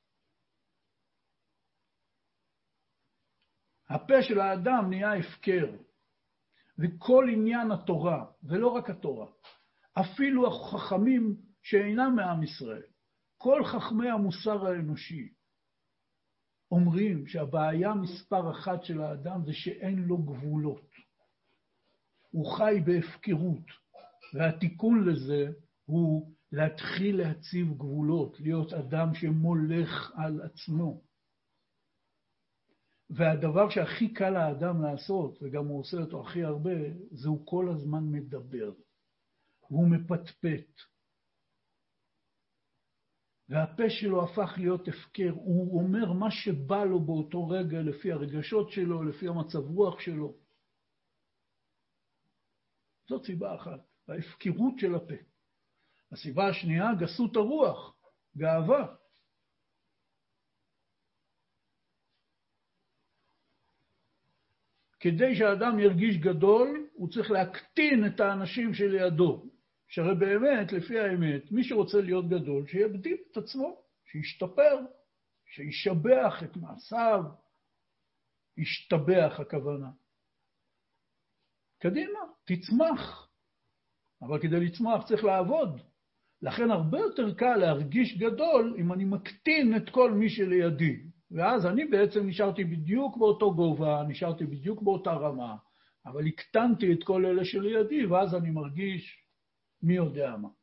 הפה של האדם נהיה הפקר, וכל עניין התורה, ולא רק התורה, אפילו החכמים שאינם מעם ישראל, כל חכמי המוסר האנושי, אומרים שהבעיה מספר אחת של האדם זה שאין לו גבולות. הוא חי בהפקרות, והתיקון לזה הוא להתחיל להציב גבולות, להיות אדם שמולך על עצמו. והדבר שהכי קל לאדם לעשות, וגם הוא עושה אותו הכי הרבה, זה הוא כל הזמן מדבר. הוא מפטפט. והפה שלו הפך להיות הפקר. הוא אומר מה שבא לו באותו רגע, לפי הרגשות שלו, לפי המצב רוח שלו. זאת סיבה אחת, ההפקרות של הפה. הסיבה השנייה, גסות הרוח, גאווה. כדי שהאדם ירגיש גדול, הוא צריך להקטין את האנשים שלידו. שהרי באמת, לפי האמת, מי שרוצה להיות גדול, שיבדיל את עצמו, שישתפר, שישבח את מעשיו, ישתבח הכוונה. קדימה, תצמח. אבל כדי לצמח צריך לעבוד. לכן הרבה יותר קל להרגיש גדול אם אני מקטין את כל מי שלידי. ואז אני בעצם נשארתי בדיוק באותו גובה, נשארתי בדיוק באותה רמה, אבל הקטנתי את כל אלה שלידי, ואז אני מרגיש מי יודע מה.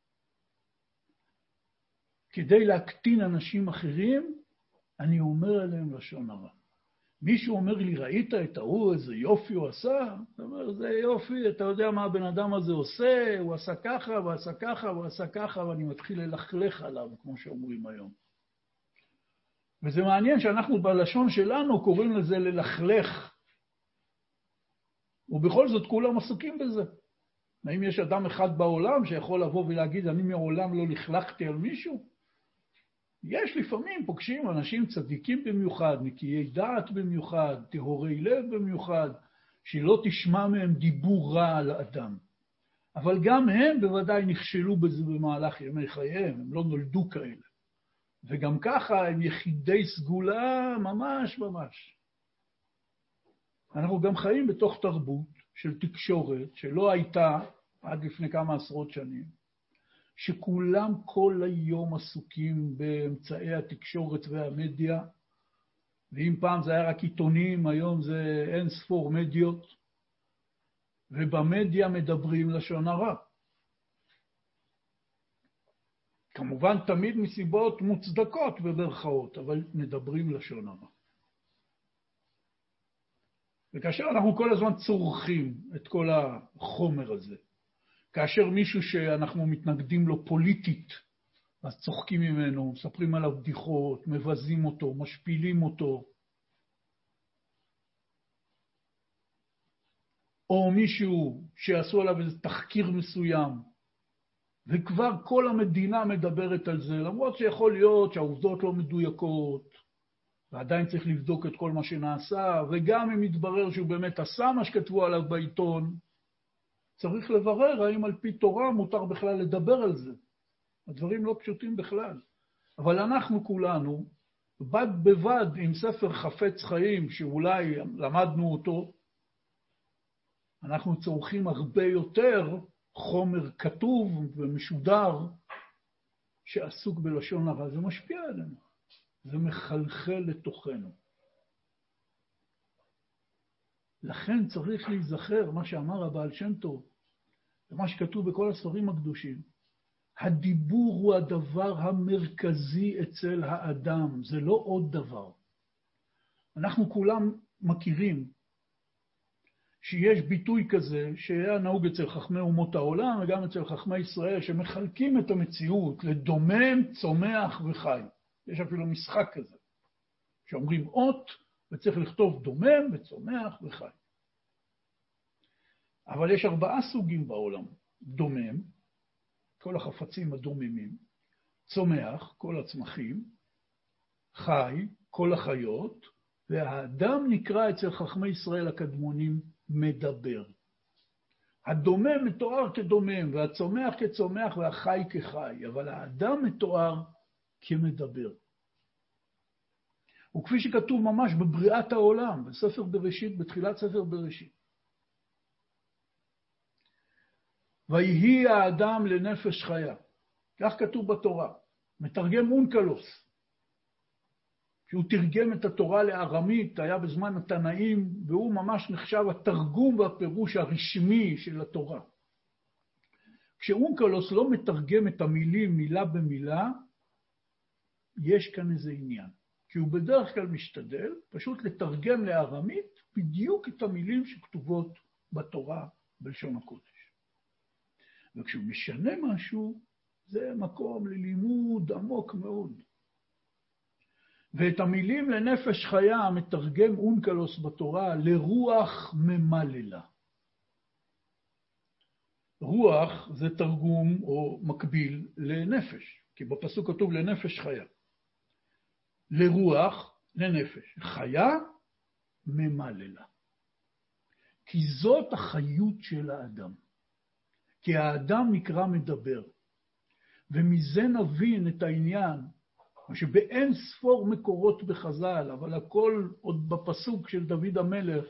כדי להקטין אנשים אחרים, אני אומר עליהם לשון הרע. מישהו אומר לי, ראית את ההוא, איזה יופי הוא עשה? אתה אומר, זה יופי, אתה יודע מה הבן אדם הזה עושה, הוא עשה ככה, הוא עשה ככה, הוא עשה ככה, ואני מתחיל ללכלך עליו, כמו שאומרים היום. וזה מעניין שאנחנו בלשון שלנו קוראים לזה ללכלך. ובכל זאת כולם עסוקים בזה. האם יש אדם אחד בעולם שיכול לבוא ולהגיד, אני מעולם לא לכלכתי על מישהו? יש לפעמים פוגשים אנשים צדיקים במיוחד, נקיי דעת במיוחד, טהורי לב במיוחד, שלא תשמע מהם דיבור רע על האדם. אבל גם הם בוודאי נכשלו בזה במהלך ימי חייהם, הם לא נולדו כאלה. וגם ככה הם יחידי סגולה ממש ממש. אנחנו גם חיים בתוך תרבות של תקשורת שלא הייתה עד לפני כמה עשרות שנים, שכולם כל היום עסוקים באמצעי התקשורת והמדיה, ואם פעם זה היה רק עיתונים, היום זה אין ספור מדיות, ובמדיה מדברים לשון הרע. כמובן תמיד מסיבות מוצדקות וברכאות, אבל מדברים לשון הרע. וכאשר אנחנו כל הזמן צורכים את כל החומר הזה, כאשר מישהו שאנחנו מתנגדים לו פוליטית, אז צוחקים ממנו, מספרים עליו בדיחות, מבזים אותו, משפילים אותו, או מישהו שעשו עליו איזה תחקיר מסוים, וכבר כל המדינה מדברת על זה, למרות שיכול להיות שהעובדות לא מדויקות, ועדיין צריך לבדוק את כל מה שנעשה, וגם אם יתברר שהוא באמת עשה מה שכתבו עליו בעיתון, צריך לברר האם על פי תורה מותר בכלל לדבר על זה. הדברים לא פשוטים בכלל. אבל אנחנו כולנו, בד בבד עם ספר חפץ חיים, שאולי למדנו אותו, אנחנו צורכים הרבה יותר חומר כתוב ומשודר שעסוק בלשון הרע. זה משפיע עלינו, זה מחלחל לתוכנו. לכן צריך להיזכר מה שאמר הבעל שם טוב, ומה שכתוב בכל הספרים הקדושים. הדיבור הוא הדבר המרכזי אצל האדם, זה לא עוד דבר. אנחנו כולם מכירים שיש ביטוי כזה שהיה נהוג אצל חכמי אומות העולם וגם אצל חכמי ישראל, שמחלקים את המציאות לדומם, צומח וחי. יש אפילו משחק כזה, שאומרים אות וצריך לכתוב דומם וצומח וחי. אבל יש ארבעה סוגים בעולם. דומם, כל החפצים הדוממים, צומח, כל הצמחים, חי, כל החיות, והאדם נקרא אצל חכמי ישראל הקדמונים מדבר. הדומם מתואר כדומם, והצומח כצומח, והחי כחי, אבל האדם מתואר כמדבר. וכפי שכתוב ממש בבריאת העולם, בספר בראשית, בתחילת ספר בראשית. ויהי האדם לנפש חיה. כך כתוב בתורה. מתרגם אונקלוס, שהוא תרגם את התורה לארמית, היה בזמן התנאים, והוא ממש נחשב התרגום והפירוש הרשמי של התורה. כשאונקלוס לא מתרגם את המילים מילה במילה, יש כאן איזה עניין. כי הוא בדרך כלל משתדל פשוט לתרגם לארמית בדיוק את המילים שכתובות בתורה בלשון הקודש. וכשהוא משנה משהו, זה מקום ללימוד עמוק מאוד. ואת המילים לנפש חיה מתרגם אונקלוס בתורה לרוח ממללה. רוח זה תרגום או מקביל לנפש, כי בפסוק כתוב לנפש חיה. לרוח, לנפש. חיה ממללה. כי זאת החיות של האדם. כי האדם נקרא מדבר. ומזה נבין את העניין, שבאין ספור מקורות בחז"ל, אבל הכל עוד בפסוק של דוד המלך,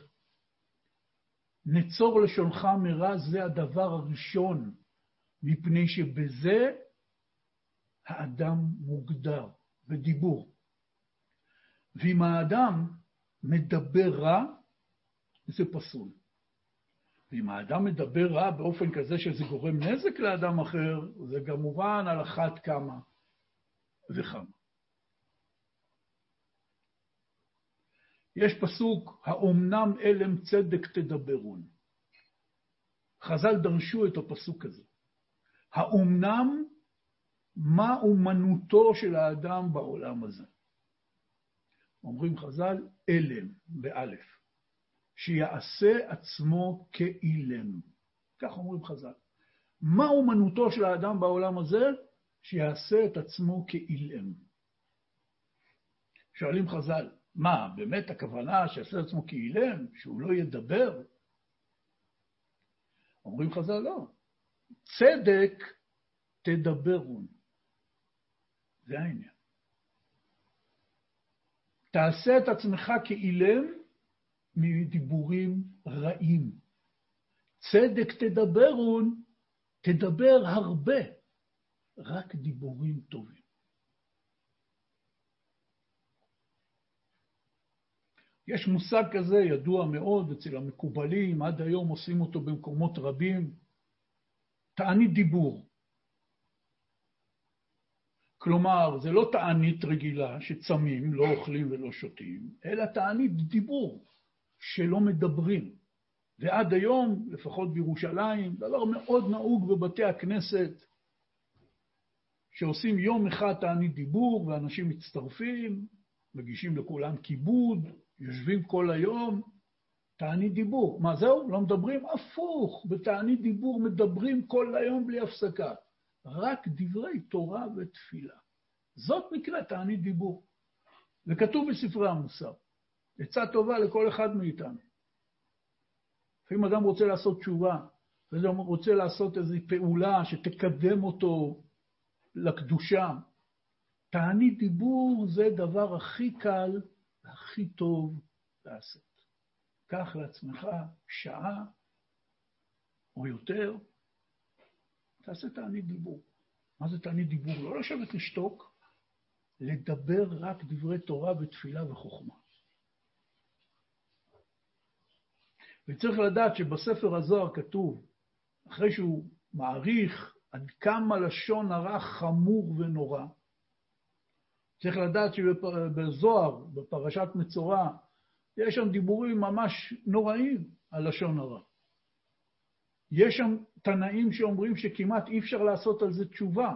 נצור לשונך מרע, זה הדבר הראשון, מפני שבזה האדם מוגדר בדיבור. ואם האדם מדבר רע, זה פסול. ואם האדם מדבר רע באופן כזה שזה גורם נזק לאדם אחר, זה כמובן על אחת כמה וכמה. יש פסוק, האומנם אלם צדק תדברון. חז"ל דרשו את הפסוק הזה. האומנם, מה אומנותו של האדם בעולם הזה? אומרים חז"ל, אלם, באלף. שיעשה עצמו כאילם. כך אומרים חז"ל. מה אומנותו של האדם בעולם הזה? שיעשה את עצמו כאילם. שואלים חז"ל, מה, באמת הכוונה שיעשה את עצמו כאילם? שהוא לא ידבר? אומרים חז"ל, לא. צדק תדברון. זה העניין. תעשה את עצמך כאילם מדיבורים רעים. צדק תדברון, תדבר הרבה, רק דיבורים טובים. יש מושג כזה ידוע מאוד אצל המקובלים, עד היום עושים אותו במקומות רבים, תענית דיבור. כלומר, זה לא תענית רגילה שצמים, לא אוכלים ולא שותים, אלא תענית דיבור שלא מדברים. ועד היום, לפחות בירושלים, דבר מאוד נהוג בבתי הכנסת, שעושים יום אחד תענית דיבור, ואנשים מצטרפים, מגישים לכולם כיבוד, יושבים כל היום, תענית דיבור. מה זהו? לא מדברים? הפוך, בתענית דיבור מדברים כל היום בלי הפסקה. רק דברי תורה ותפילה. זאת נקרא תענית דיבור. וכתוב בספרי המוסר. עצה טובה לכל אחד מאיתנו. לפעמים אדם רוצה לעשות תשובה, ואדם רוצה לעשות איזו פעולה שתקדם אותו לקדושה, תענית דיבור זה דבר הכי קל והכי טוב לעשות. קח לעצמך שעה או יותר, תעשה תענית דיבור. מה זה תענית דיבור? לא לשבת לשתוק, לדבר רק דברי תורה ותפילה וחוכמה. וצריך לדעת שבספר הזוהר כתוב, אחרי שהוא מעריך עד כמה לשון הרע חמור ונורא, צריך לדעת שבזוהר, בפרשת מצורע, יש שם דיבורים ממש נוראים על לשון הרע. יש שם תנאים שאומרים שכמעט אי אפשר לעשות על זה תשובה.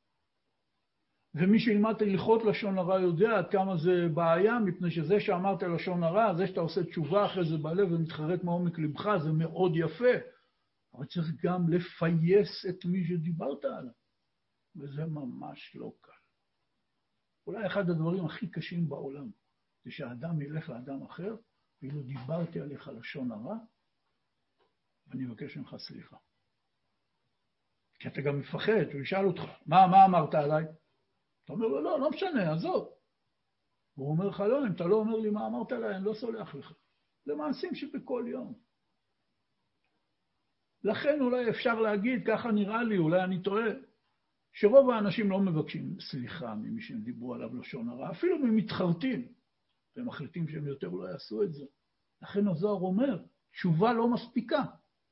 ומי שילמד הלכות לשון הרע יודע עד כמה זה בעיה, מפני שזה שאמרת לשון הרע, זה שאתה עושה תשובה אחרי זה בלב ומתחרט מעומק לבך, זה מאוד יפה. אבל צריך גם לפייס את מי שדיברת עליו. וזה ממש לא קל. אולי אחד הדברים הכי קשים בעולם, זה שהאדם ילך לאדם אחר, ואילו דיברתי עליך לשון הרע, ואני מבקש ממך סליחה. כי אתה גם מפחד, הוא ישאל אותך, מה, מה אמרת עליי? אתה אומר לו, לא, לא משנה, עזוב. הוא אומר לך, לא, אם אתה לא אומר לי מה אמרת עליי, אני לא סולח לך. זה מעשים שבכל יום. לכן אולי אפשר להגיד, ככה נראה לי, אולי אני טועה, שרוב האנשים לא מבקשים סליחה ממי שהם דיברו עליו לשון הרע, אפילו ממתחרטים, והם מחליטים שהם יותר לא יעשו את זה. לכן הזוהר אומר, תשובה לא מספיקה.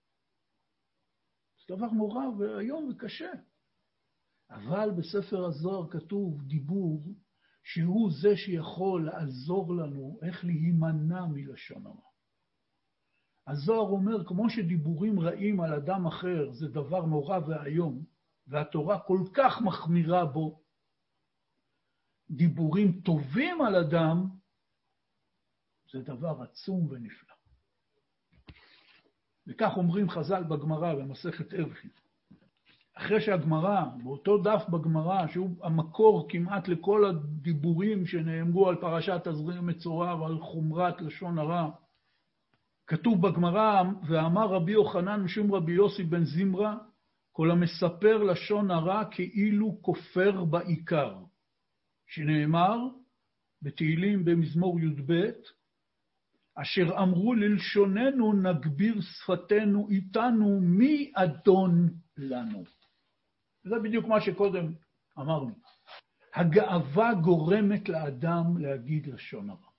זה דבר נורא והיום וקשה. אבל בספר הזוהר כתוב דיבור שהוא זה שיכול לעזור לנו איך להימנע מלשון הרע. הזוהר אומר, כמו שדיבורים רעים על אדם אחר זה דבר נורא והיום, והתורה כל כך מחמירה בו, דיבורים טובים על אדם, זה דבר עצום ונפלא. וכך אומרים חז"ל בגמרא במסכת ערכין. אחרי שהגמרא, באותו דף בגמרא, שהוא המקור כמעט לכל הדיבורים שנאמרו על פרשת תזריע מצורע ועל חומרת לשון הרע, כתוב בגמרא, ואמר רבי יוחנן משום רבי יוסי בן זמרה, כל המספר לשון הרע כאילו כופר בעיקר, שנאמר בתהילים במזמור י"ב, אשר אמרו ללשוננו נגביר שפתנו איתנו, מי אדון לנו. זה בדיוק מה שקודם אמרנו. הגאווה גורמת לאדם להגיד לשון הרע.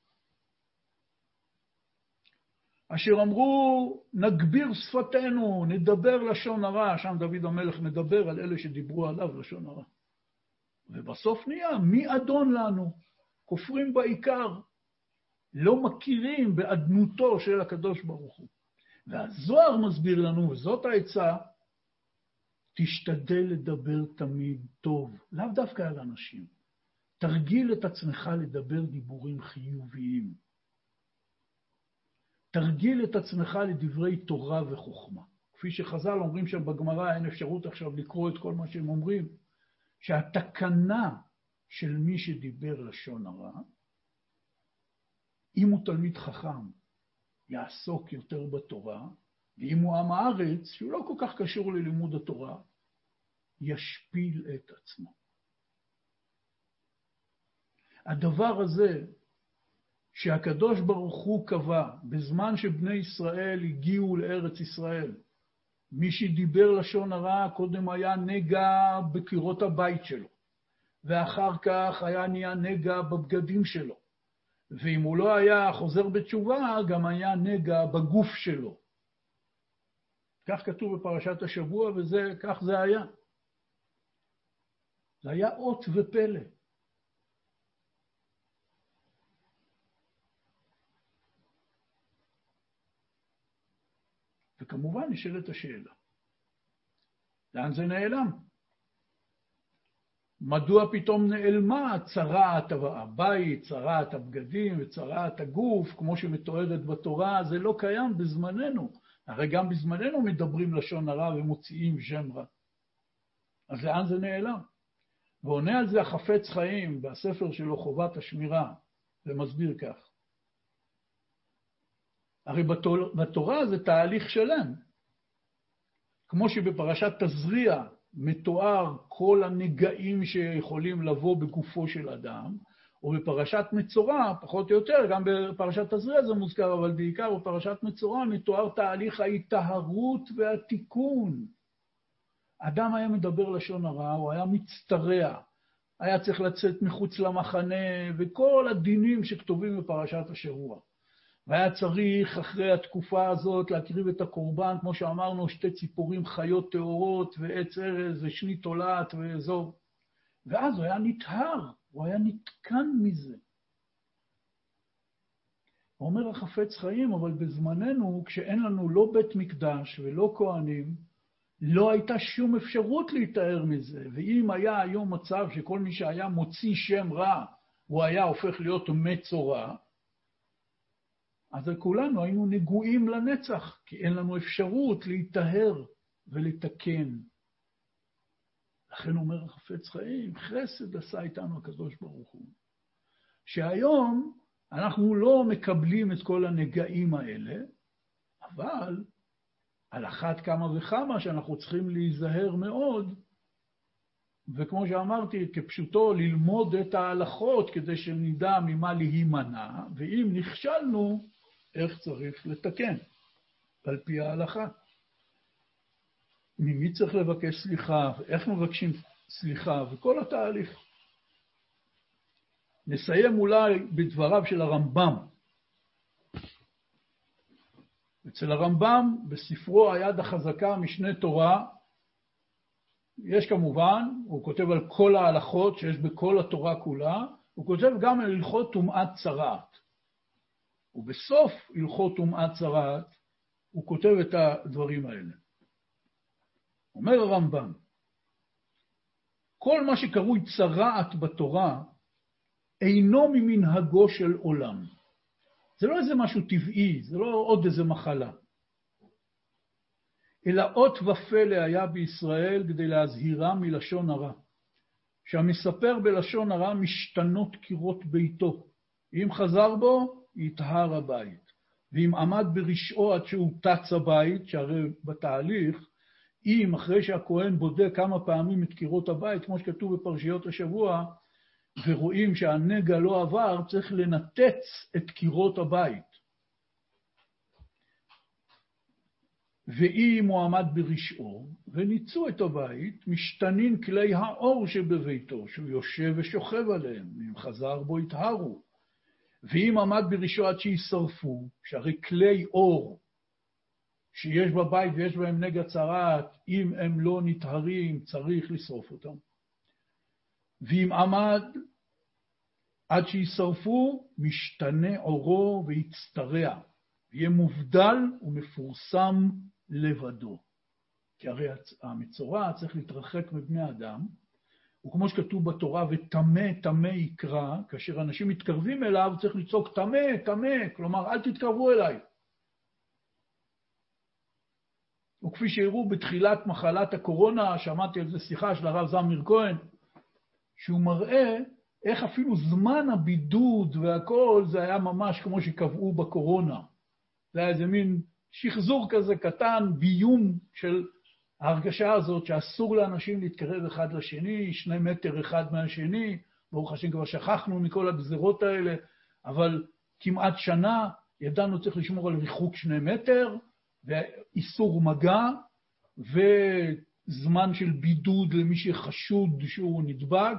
אשר אמרו נגביר שפתנו, נדבר לשון הרע, שם דוד המלך מדבר על אלה שדיברו עליו לשון הרע. ובסוף נהיה מי אדון לנו, כופרים בעיקר, לא מכירים באדנותו של הקדוש ברוך הוא. והזוהר מסביר לנו, וזאת העצה, תשתדל לדבר תמיד טוב, לאו דווקא על אנשים. תרגיל את עצמך לדבר דיבורים חיוביים. תרגיל את עצמך לדברי תורה וחוכמה. כפי שחז"ל אומרים שם בגמרא, אין אפשרות עכשיו לקרוא את כל מה שהם אומרים, שהתקנה של מי שדיבר לשון הרע, אם הוא תלמיד חכם, יעסוק יותר בתורה, ואם הוא עם הארץ, שהוא לא כל כך קשור ללימוד התורה, ישפיל את עצמו. הדבר הזה, שהקדוש ברוך הוא קבע, בזמן שבני ישראל הגיעו לארץ ישראל, מי שדיבר לשון הרע קודם היה נגע בקירות הבית שלו, ואחר כך היה נהיה נגע בבגדים שלו, ואם הוא לא היה חוזר בתשובה, גם היה נגע בגוף שלו. כך כתוב בפרשת השבוע, וזה, כך זה היה. זה היה אות ופלא. וכמובן נשאלת השאלה, לאן זה נעלם? מדוע פתאום נעלמה צרעת הבית, צרעת הבגדים וצרעת הגוף, כמו שמתוארת בתורה? זה לא קיים בזמננו. הרי גם בזמננו מדברים לשון הרע ומוציאים שם רע. אז לאן זה נעלם? ועונה על זה החפץ חיים בספר שלו חובת השמירה, ומסביר כך. הרי בתורה זה תהליך שלם. כמו שבפרשת תזריע מתואר כל הנגעים שיכולים לבוא בגופו של אדם, ובפרשת מצורע, פחות או יותר, גם בפרשת תזריע זה מוזכר, אבל בעיקר בפרשת מצורע מתואר תהליך ההיטהרות והתיקון. אדם היה מדבר לשון הרע, הוא היה מצטרע, היה צריך לצאת מחוץ למחנה, וכל הדינים שכתובים בפרשת השבוע. והיה צריך אחרי התקופה הזאת להקריב את הקורבן, כמו שאמרנו, שתי ציפורים חיות טהורות, ועץ ארז ושני תולעת ואזור. ואז הוא היה נטהר, הוא היה נתקן מזה. אומר החפץ חיים, אבל בזמננו, כשאין לנו לא בית מקדש ולא כהנים, לא הייתה שום אפשרות להתאר מזה. ואם היה היום מצב שכל מי שהיה מוציא שם רע, הוא היה הופך להיות מצורע, אז כולנו היינו נגועים לנצח, כי אין לנו אפשרות להתאר ולתקן. לכן אומר החפץ חיים, חסד עשה איתנו הקדוש ברוך הוא. שהיום אנחנו לא מקבלים את כל הנגעים האלה, אבל על אחת כמה וכמה שאנחנו צריכים להיזהר מאוד, וכמו שאמרתי, כפשוטו ללמוד את ההלכות כדי שנדע ממה להימנע, ואם נכשלנו, איך צריך לתקן, על פי ההלכה. ממי צריך לבקש סליחה, ואיך מבקשים סליחה, וכל התהליך. נסיים אולי בדבריו של הרמב"ם. אצל הרמב"ם, בספרו היד החזקה משנה תורה, יש כמובן, הוא כותב על כל ההלכות שיש בכל התורה כולה, הוא כותב גם על הלכות טומאת צרעת. ובסוף הלכות טומאת צרעת, הוא כותב את הדברים האלה. אומר הרמב"ם, כל מה שקרוי צרעת בתורה, אינו ממנהגו של עולם. זה לא איזה משהו טבעי, זה לא עוד איזה מחלה. אלא אות ופלא היה בישראל כדי להזהירה מלשון הרע. שהמספר בלשון הרע משתנות קירות ביתו. אם חזר בו, יטהר הבית. ואם עמד ברשעו עד שהוא תץ הבית, שהרי בתהליך, אם אחרי שהכהן בודק כמה פעמים את קירות הבית, כמו שכתוב בפרשיות השבוע, ורואים שהנגע לא עבר, צריך לנתץ את קירות הבית. ואם הוא עמד ברשעו, וניצו את הבית, משתנים כלי האור שבביתו, שהוא יושב ושוכב עליהם, ואם חזר בו יטהרו. ואם עמד ברשעו עד שישרפו, שהרי כלי אור שיש בבית ויש בהם נגע צרעת, אם הם לא נטהרים, צריך לשרוף אותם. ואם עמד עד שישרפו, משתנה אורו ויצטרע, ויהיה מובדל ומפורסם לבדו. כי הרי המצורע צריך להתרחק מבני אדם, וכמו שכתוב בתורה, וטמא טמא יקרא, כאשר אנשים מתקרבים אליו, צריך לצעוק טמא, טמא, כלומר, אל תתקרבו אליי. וכפי שהראו בתחילת מחלת הקורונה, שמעתי על זה שיחה של הרב זמיר כהן, שהוא מראה איך אפילו זמן הבידוד והכל, זה היה ממש כמו שקבעו בקורונה. זה היה איזה מין שחזור כזה קטן, ביום של ההרגשה הזאת, שאסור לאנשים להתקרב אחד לשני, שני מטר אחד מהשני, ברוך השם כבר שכחנו מכל הגזרות האלה, אבל כמעט שנה ידענו צריך לשמור על ריחוק שני מטר, ואיסור מגע, וזמן של בידוד למי שחשוד שהוא נדבק,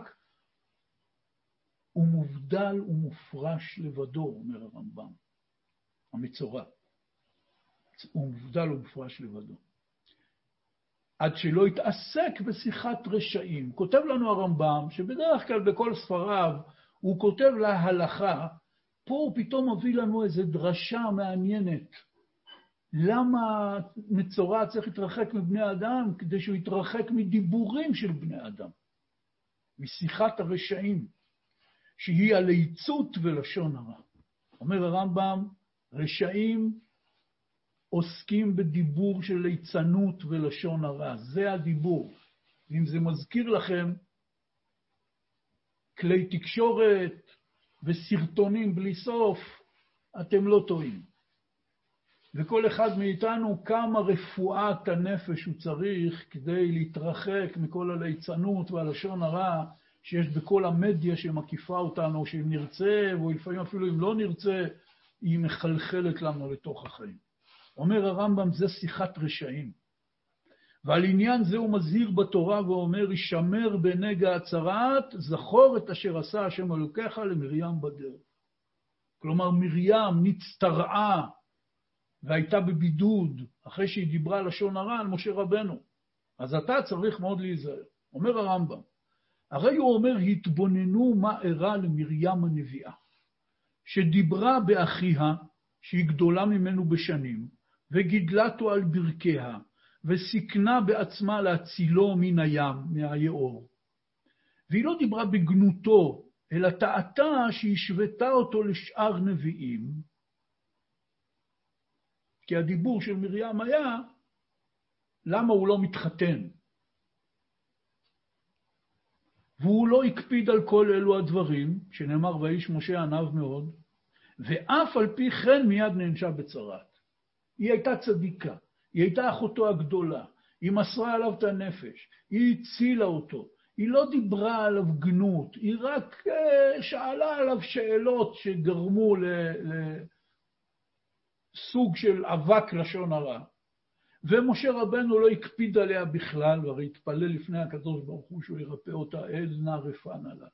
הוא מובדל ומופרש לבדו, אומר הרמב"ם, המצורע. הוא מובדל ומופרש לבדו. עד שלא יתעסק בשיחת רשעים. כותב לנו הרמב"ם, שבדרך כלל בכל ספריו הוא כותב להלכה, פה הוא פתאום מביא לנו איזו דרשה מעניינת. למה מצורע צריך להתרחק מבני אדם? כדי שהוא יתרחק מדיבורים של בני אדם. משיחת הרשעים, שהיא הליצות ולשון הרע. אומר הרמב"ם, רשעים עוסקים בדיבור של ליצנות ולשון הרע. זה הדיבור. ואם זה מזכיר לכם, כלי תקשורת וסרטונים בלי סוף, אתם לא טועים. וכל אחד מאיתנו כמה רפואת הנפש הוא צריך כדי להתרחק מכל הליצנות והלשון הרע שיש בכל המדיה שמקיפה אותנו, שאם נרצה, ולפעמים אפילו אם לא נרצה, היא מחלחלת לנו לתוך החיים. אומר הרמב"ם, זה שיחת רשעים. ועל עניין זה הוא מזהיר בתורה ואומר, ישמר בנגע הצרעת, זכור את אשר עשה השם אלוקיך למרים בדרך. כלומר, מרים נצטרעה והייתה בבידוד אחרי שהיא דיברה לשון הרע על משה רבנו. אז אתה צריך מאוד להיזהר. אומר הרמב"ם, הרי הוא אומר, התבוננו מה אירע למרים הנביאה, שדיברה באחיה, שהיא גדולה ממנו בשנים, וגידלתו על ברכיה, וסיכנה בעצמה להצילו מן הים, מהיאור. והיא לא דיברה בגנותו, אלא טעתה שהשוותה אותו לשאר נביאים, כי הדיבור של מרים היה, למה הוא לא מתחתן? והוא לא הקפיד על כל אלו הדברים, שנאמר, ואיש משה עניו מאוד, ואף על פי כן מיד נענשה בצרת. היא הייתה צדיקה, היא הייתה אחותו הגדולה, היא מסרה עליו את הנפש, היא הצילה אותו, היא לא דיברה עליו גנות, היא רק שאלה עליו שאלות שגרמו לסוג של אבק לשון הרע. ומשה רבנו לא הקפיד עליה בכלל, והרי התפלל לפני הקדוש ברוך הוא שהוא ירפא אותה, אל נא רפאנה לה.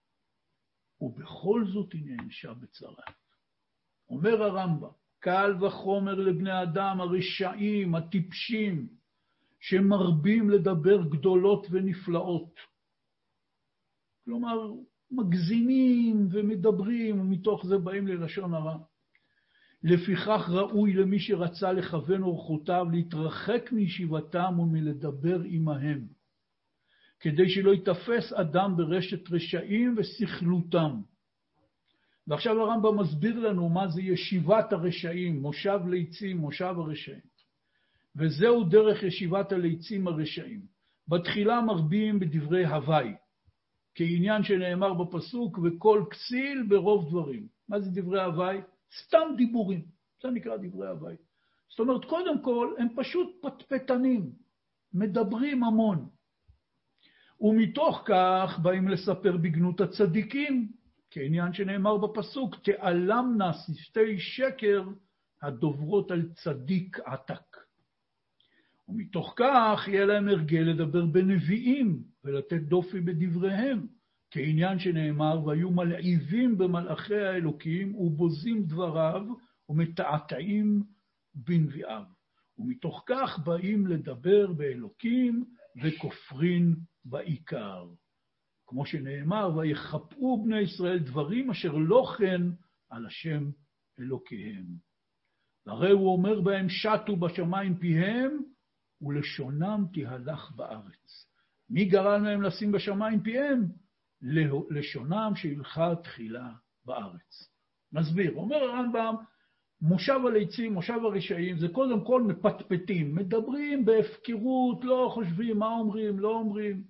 ובכל זאת היא נענשה בצרה. אומר הרמב"ם, קל וחומר לבני אדם הרשעים, הטיפשים, שמרבים לדבר גדולות ונפלאות. כלומר, מגזימים ומדברים, ומתוך זה באים ללשון הרע. לפיכך ראוי למי שרצה לכוון אורחותיו להתרחק מישיבתם ומלדבר עמהם, כדי שלא יתפס אדם ברשת רשעים וסכלותם. ועכשיו הרמב"ם מסביר לנו מה זה ישיבת הרשעים, מושב ליצים, מושב הרשעים. וזהו דרך ישיבת הליצים הרשעים. בתחילה מרבים בדברי הווי, כעניין שנאמר בפסוק, וכל כסיל ברוב דברים. מה זה דברי הווי? סתם דיבורים, זה נקרא דברי הווי. זאת אומרת, קודם כל, הם פשוט פטפטנים, מדברים המון. ומתוך כך באים לספר בגנות הצדיקים, כעניין שנאמר בפסוק, תעלמנה שפתי שקר הדוברות על צדיק עתק. ומתוך כך יהיה להם הרגל לדבר בנביאים ולתת דופי בדבריהם, כעניין שנאמר, והיו מלעיבים במלאכי האלוקים ובוזים דבריו ומתעתעים בנביאיו. ומתוך כך באים לדבר באלוקים וכופרין בעיקר. כמו שנאמר, ויחפאו בני ישראל דברים אשר לא כן על השם אלוקיהם. והרי הוא אומר בהם, שטו בשמיים פיהם ולשונם תהלך בארץ. מי גרם להם לשים בשמיים פיהם? לשונם שהלכה תחילה בארץ. נסביר, אומר הרמב"ם, מושב הליצים, מושב הרשעים, זה קודם כל מפטפטים, מדברים בהפקרות, לא חושבים מה אומרים, לא אומרים.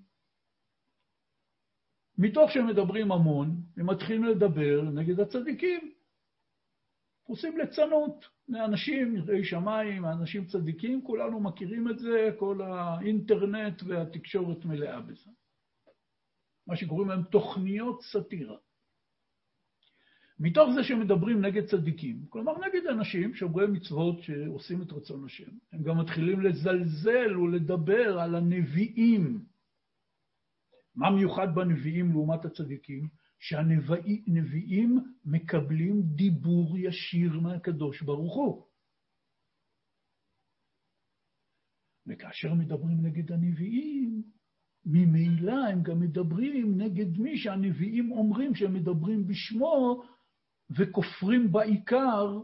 מתוך שמדברים המון, הם מתחילים לדבר נגד הצדיקים. עושים ליצנות לאנשים, יראי שמיים, האנשים צדיקים, כולנו מכירים את זה, כל האינטרנט והתקשורת מלאה בזה. מה שקוראים להם תוכניות סאטירה. מתוך זה שמדברים נגד צדיקים, כלומר נגד אנשים שומרי מצוות שעושים את רצון השם, הם גם מתחילים לזלזל ולדבר על הנביאים. מה מיוחד בנביאים לעומת הצדיקים? שהנביאים מקבלים דיבור ישיר מהקדוש ברוך הוא. וכאשר מדברים נגד הנביאים, ממילא הם גם מדברים נגד מי שהנביאים אומרים שהם מדברים בשמו, וכופרים בעיקר,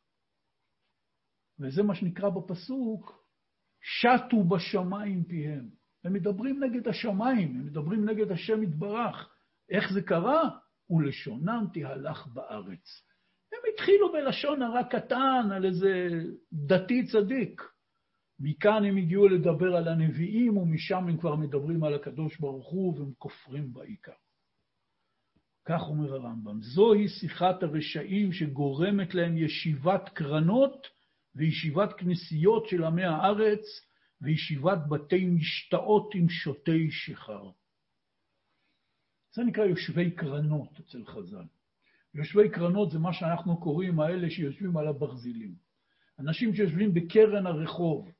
וזה מה שנקרא בפסוק, שטו בשמיים פיהם. הם מדברים נגד השמיים, הם מדברים נגד השם יתברך. איך זה קרה? ולשונם תהלך בארץ. הם התחילו בלשון הרע קטן על איזה דתי צדיק. מכאן הם הגיעו לדבר על הנביאים, ומשם הם כבר מדברים על הקדוש ברוך הוא, והם כופרים בעיקר. כך אומר הרמב"ם, זוהי שיחת הרשעים שגורמת להם ישיבת קרנות, וישיבת כנסיות של עמי הארץ, וישיבת בתי משתאות עם שותי שחר. זה נקרא יושבי קרנות אצל חז"ל. יושבי קרנות זה מה שאנחנו קוראים האלה שיושבים על הברזילים. אנשים שיושבים בקרן הרחוב,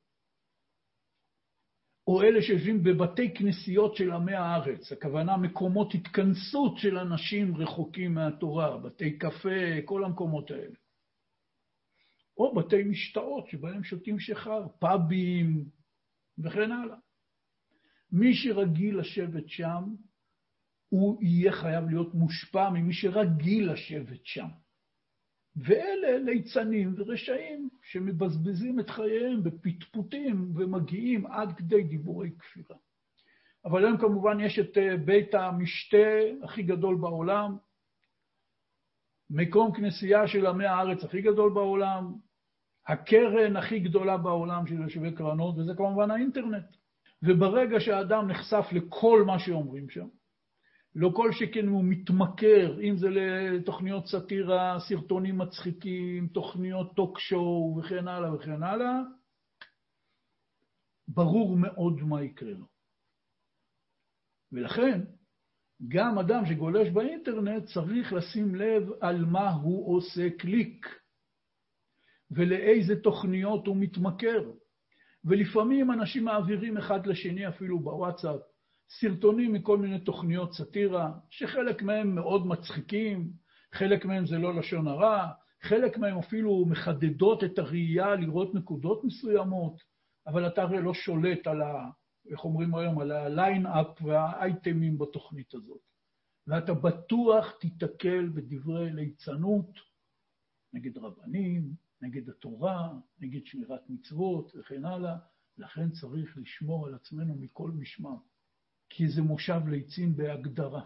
או אלה שיושבים בבתי כנסיות של עמי הארץ, הכוונה מקומות התכנסות של אנשים רחוקים מהתורה, בתי קפה, כל המקומות האלה. או בתי משתאות שבהם שותים שחר, פאבים וכן הלאה. מי שרגיל לשבת שם, הוא יהיה חייב להיות מושפע ממי שרגיל לשבת שם. ואלה ליצנים ורשעים שמבזבזים את חייהם בפטפוטים ומגיעים עד כדי דיבורי כפירה. אבל היום כמובן יש את בית המשתה הכי גדול בעולם, מקום כנסייה של עמי הארץ הכי גדול בעולם, הקרן הכי גדולה בעולם של יושבי קרנות, וזה כמובן האינטרנט. וברגע שהאדם נחשף לכל מה שאומרים שם, לא כל שכן הוא מתמכר, אם זה לתוכניות סאטירה, סרטונים מצחיקים, תוכניות טוק שואו וכן הלאה וכן הלאה, ברור מאוד מה יקרה לו. ולכן, גם אדם שגולש באינטרנט צריך לשים לב על מה הוא עושה קליק, ולאיזה תוכניות הוא מתמכר. ולפעמים אנשים מעבירים אחד לשני אפילו בוואטסאפ, סרטונים מכל מיני תוכניות סאטירה, שחלק מהם מאוד מצחיקים, חלק מהם זה לא לשון הרע, חלק מהם אפילו מחדדות את הראייה לראות נקודות מסוימות, אבל אתה הרי לא שולט על ה... איך אומרים היום? על הליין-אפ והאייטמים בתוכנית הזאת. ואתה בטוח תתקל בדברי ליצנות, נגד רבנים, נגד התורה, נגד שמירת מצוות וכן הלאה. לכן צריך לשמור על עצמנו מכל משמר, כי זה מושב ליצים בהגדרה.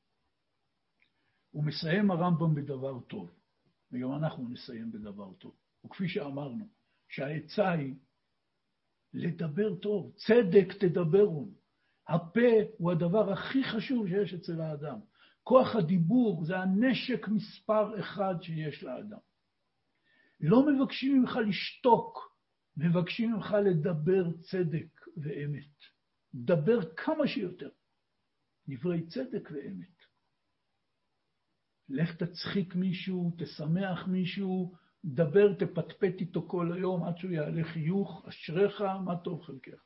הוא מסיים הרמב"ם בדבר טוב, וגם אנחנו נסיים בדבר טוב. וכפי שאמרנו, שהעצה היא לדבר טוב, צדק תדברו. הפה הוא הדבר הכי חשוב שיש אצל האדם. כוח הדיבור זה הנשק מספר אחד שיש לאדם. לא מבקשים ממך לשתוק, מבקשים ממך לדבר צדק ואמת. דבר כמה שיותר, דברי צדק ואמת. לך תצחיק מישהו, תשמח מישהו, דבר, תפטפט איתו כל היום עד שהוא יעלה חיוך, אשריך, מה טוב חלקך.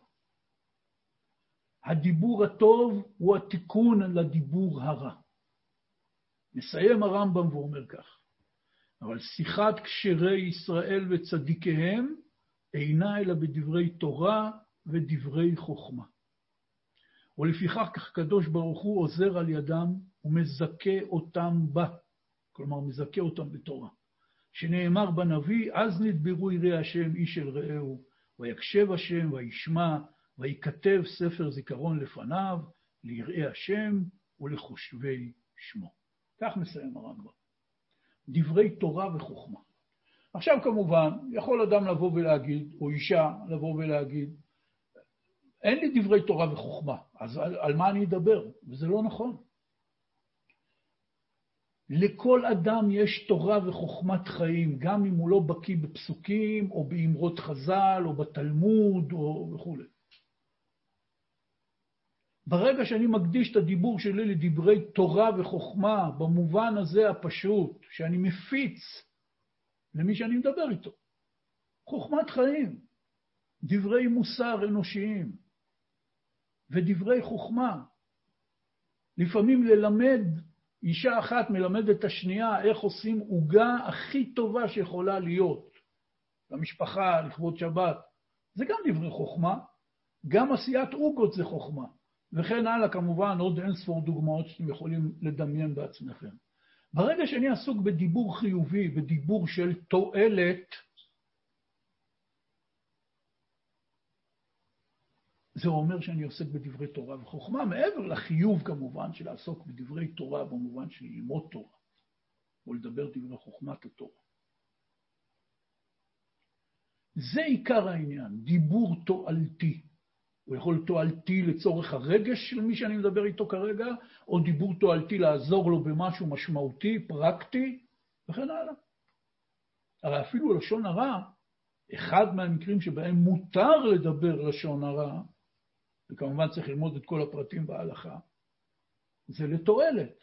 הדיבור הטוב הוא התיקון לדיבור הרע. מסיים הרמב"ם ואומר כך, אבל שיחת כשרי ישראל וצדיקיהם אינה אלא בדברי תורה ודברי חוכמה. ולפיכך כך קדוש ברוך הוא עוזר על ידם ומזכה אותם בה, כלומר מזכה אותם בתורה. שנאמר בנביא, אז נדברו יראי השם איש אל רעהו, ויקשב השם וישמע, ויכתב ספר זיכרון לפניו, ליראי השם ולחושבי שמו. כך מסיים הרמב"ם. דברי תורה וחוכמה. עכשיו כמובן, יכול אדם לבוא ולהגיד, או אישה לבוא ולהגיד, אין לי דברי תורה וחוכמה, אז על, על מה אני אדבר? וזה לא נכון. לכל אדם יש תורה וחוכמת חיים, גם אם הוא לא בקיא בפסוקים, או באמרות חז"ל, או בתלמוד, או וכו'. ברגע שאני מקדיש את הדיבור שלי לדברי תורה וחוכמה, במובן הזה הפשוט, שאני מפיץ למי שאני מדבר איתו. חוכמת חיים, דברי מוסר אנושיים, ודברי חוכמה. לפעמים ללמד, אישה אחת מלמדת את השנייה איך עושים עוגה הכי טובה שיכולה להיות. למשפחה, לכבוד שבת. זה גם דברי חוכמה, גם עשיית עוגות זה חוכמה. וכן הלאה, כמובן, עוד אין ספור דוגמאות שאתם יכולים לדמיין בעצמכם. ברגע שאני עסוק בדיבור חיובי, בדיבור של תועלת, זה אומר שאני עוסק בדברי תורה וחוכמה, מעבר לחיוב כמובן של לעסוק בדברי תורה, במובן של ללמוד תורה, או לדבר דברי חוכמת התורה. זה עיקר העניין, דיבור תועלתי. הוא יכול תועלתי לצורך הרגש של מי שאני מדבר איתו כרגע, או דיבור תועלתי לעזור לו במשהו משמעותי, פרקטי, וכן הלאה. הרי אפילו לשון הרע אחד מהמקרים שבהם מותר לדבר לשון הרע, וכמובן צריך ללמוד את כל הפרטים בהלכה, זה לתועלת.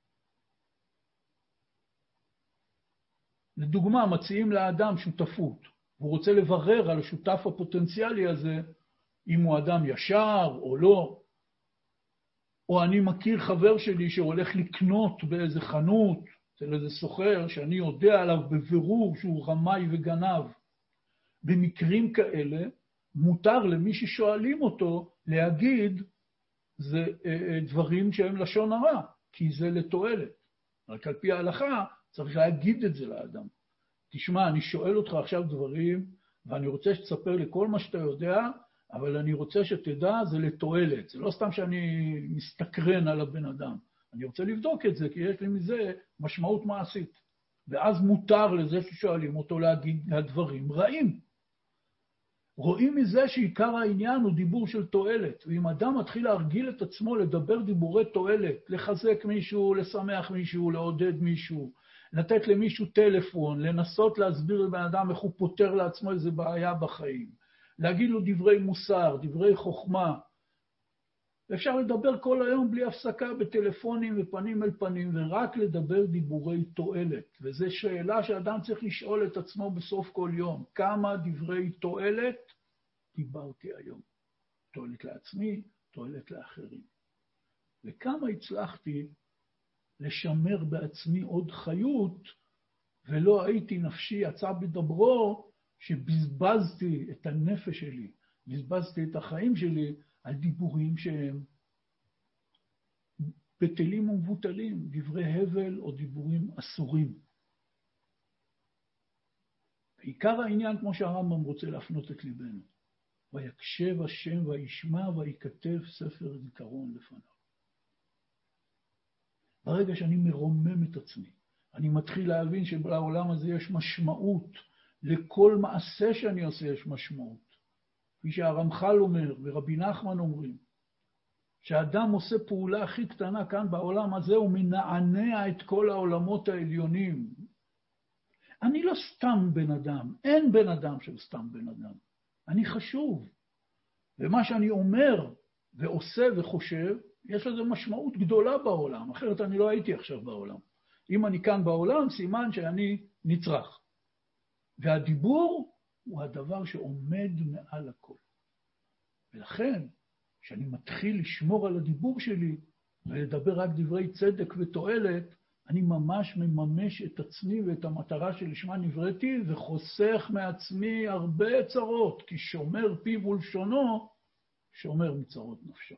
לדוגמה, מציעים לאדם שותפות, הוא רוצה לברר על השותף הפוטנציאלי הזה, אם הוא אדם ישר או לא, או אני מכיר חבר שלי שהולך לקנות באיזה חנות, אצל איזה סוחר, שאני יודע עליו בבירור שהוא רמאי וגנב. במקרים כאלה, מותר למי ששואלים אותו להגיד זה דברים שהם לשון הרע, כי זה לתועלת. רק על פי ההלכה צריך להגיד את זה לאדם. תשמע, אני שואל אותך עכשיו דברים, ואני רוצה שתספר לי כל מה שאתה יודע, אבל אני רוצה שתדע, זה לתועלת. זה לא סתם שאני מסתקרן על הבן אדם. אני רוצה לבדוק את זה, כי יש לי מזה משמעות מעשית. ואז מותר לזה ששואלים אותו להגיד הדברים רעים. רואים מזה שעיקר העניין הוא דיבור של תועלת. ואם אדם מתחיל להרגיל את עצמו לדבר דיבורי תועלת, לחזק מישהו, לשמח מישהו, לעודד מישהו, לתת למישהו טלפון, לנסות להסביר לבן אדם איך הוא פותר לעצמו איזו בעיה בחיים, להגיד לו דברי מוסר, דברי חוכמה. אפשר לדבר כל היום בלי הפסקה בטלפונים ופנים אל פנים, ורק לדבר דיבורי תועלת. וזו שאלה שאדם צריך לשאול את עצמו בסוף כל יום. כמה דברי תועלת דיברתי היום? תועלת לעצמי, תועלת לאחרים. וכמה הצלחתי לשמר בעצמי עוד חיות, ולא הייתי נפשי יצא בדברו, שבזבזתי את הנפש שלי, בזבזתי את החיים שלי, על דיבורים שהם בטלים ומבוטלים, דברי הבל או דיבורים אסורים. בעיקר העניין, כמו שהרמב"ם רוצה להפנות את ליבנו, ויקשב השם וישמע ויקטב ספר זיכרון לפניו. ברגע שאני מרומם את עצמי, אני מתחיל להבין שבעולם הזה יש משמעות, לכל מעשה שאני עושה יש משמעות. כפי שהרמח"ל אומר, ורבי נחמן אומרים, שהאדם עושה פעולה הכי קטנה כאן בעולם הזה, הוא מנענע את כל העולמות העליונים. אני לא סתם בן אדם, אין בן אדם של סתם בן אדם. אני חשוב. ומה שאני אומר ועושה וחושב, יש לזה משמעות גדולה בעולם, אחרת אני לא הייתי עכשיו בעולם. אם אני כאן בעולם, סימן שאני נצרך. והדיבור הוא הדבר שעומד מעל הכל. ולכן, כשאני מתחיל לשמור על הדיבור שלי, ולדבר רק דברי צדק ותועלת, אני ממש מממש את עצמי ואת המטרה שלשמה נבראתי, וחוסך מעצמי הרבה צרות, כי שומר פיו ולשונו, שומר מצרות נפשו.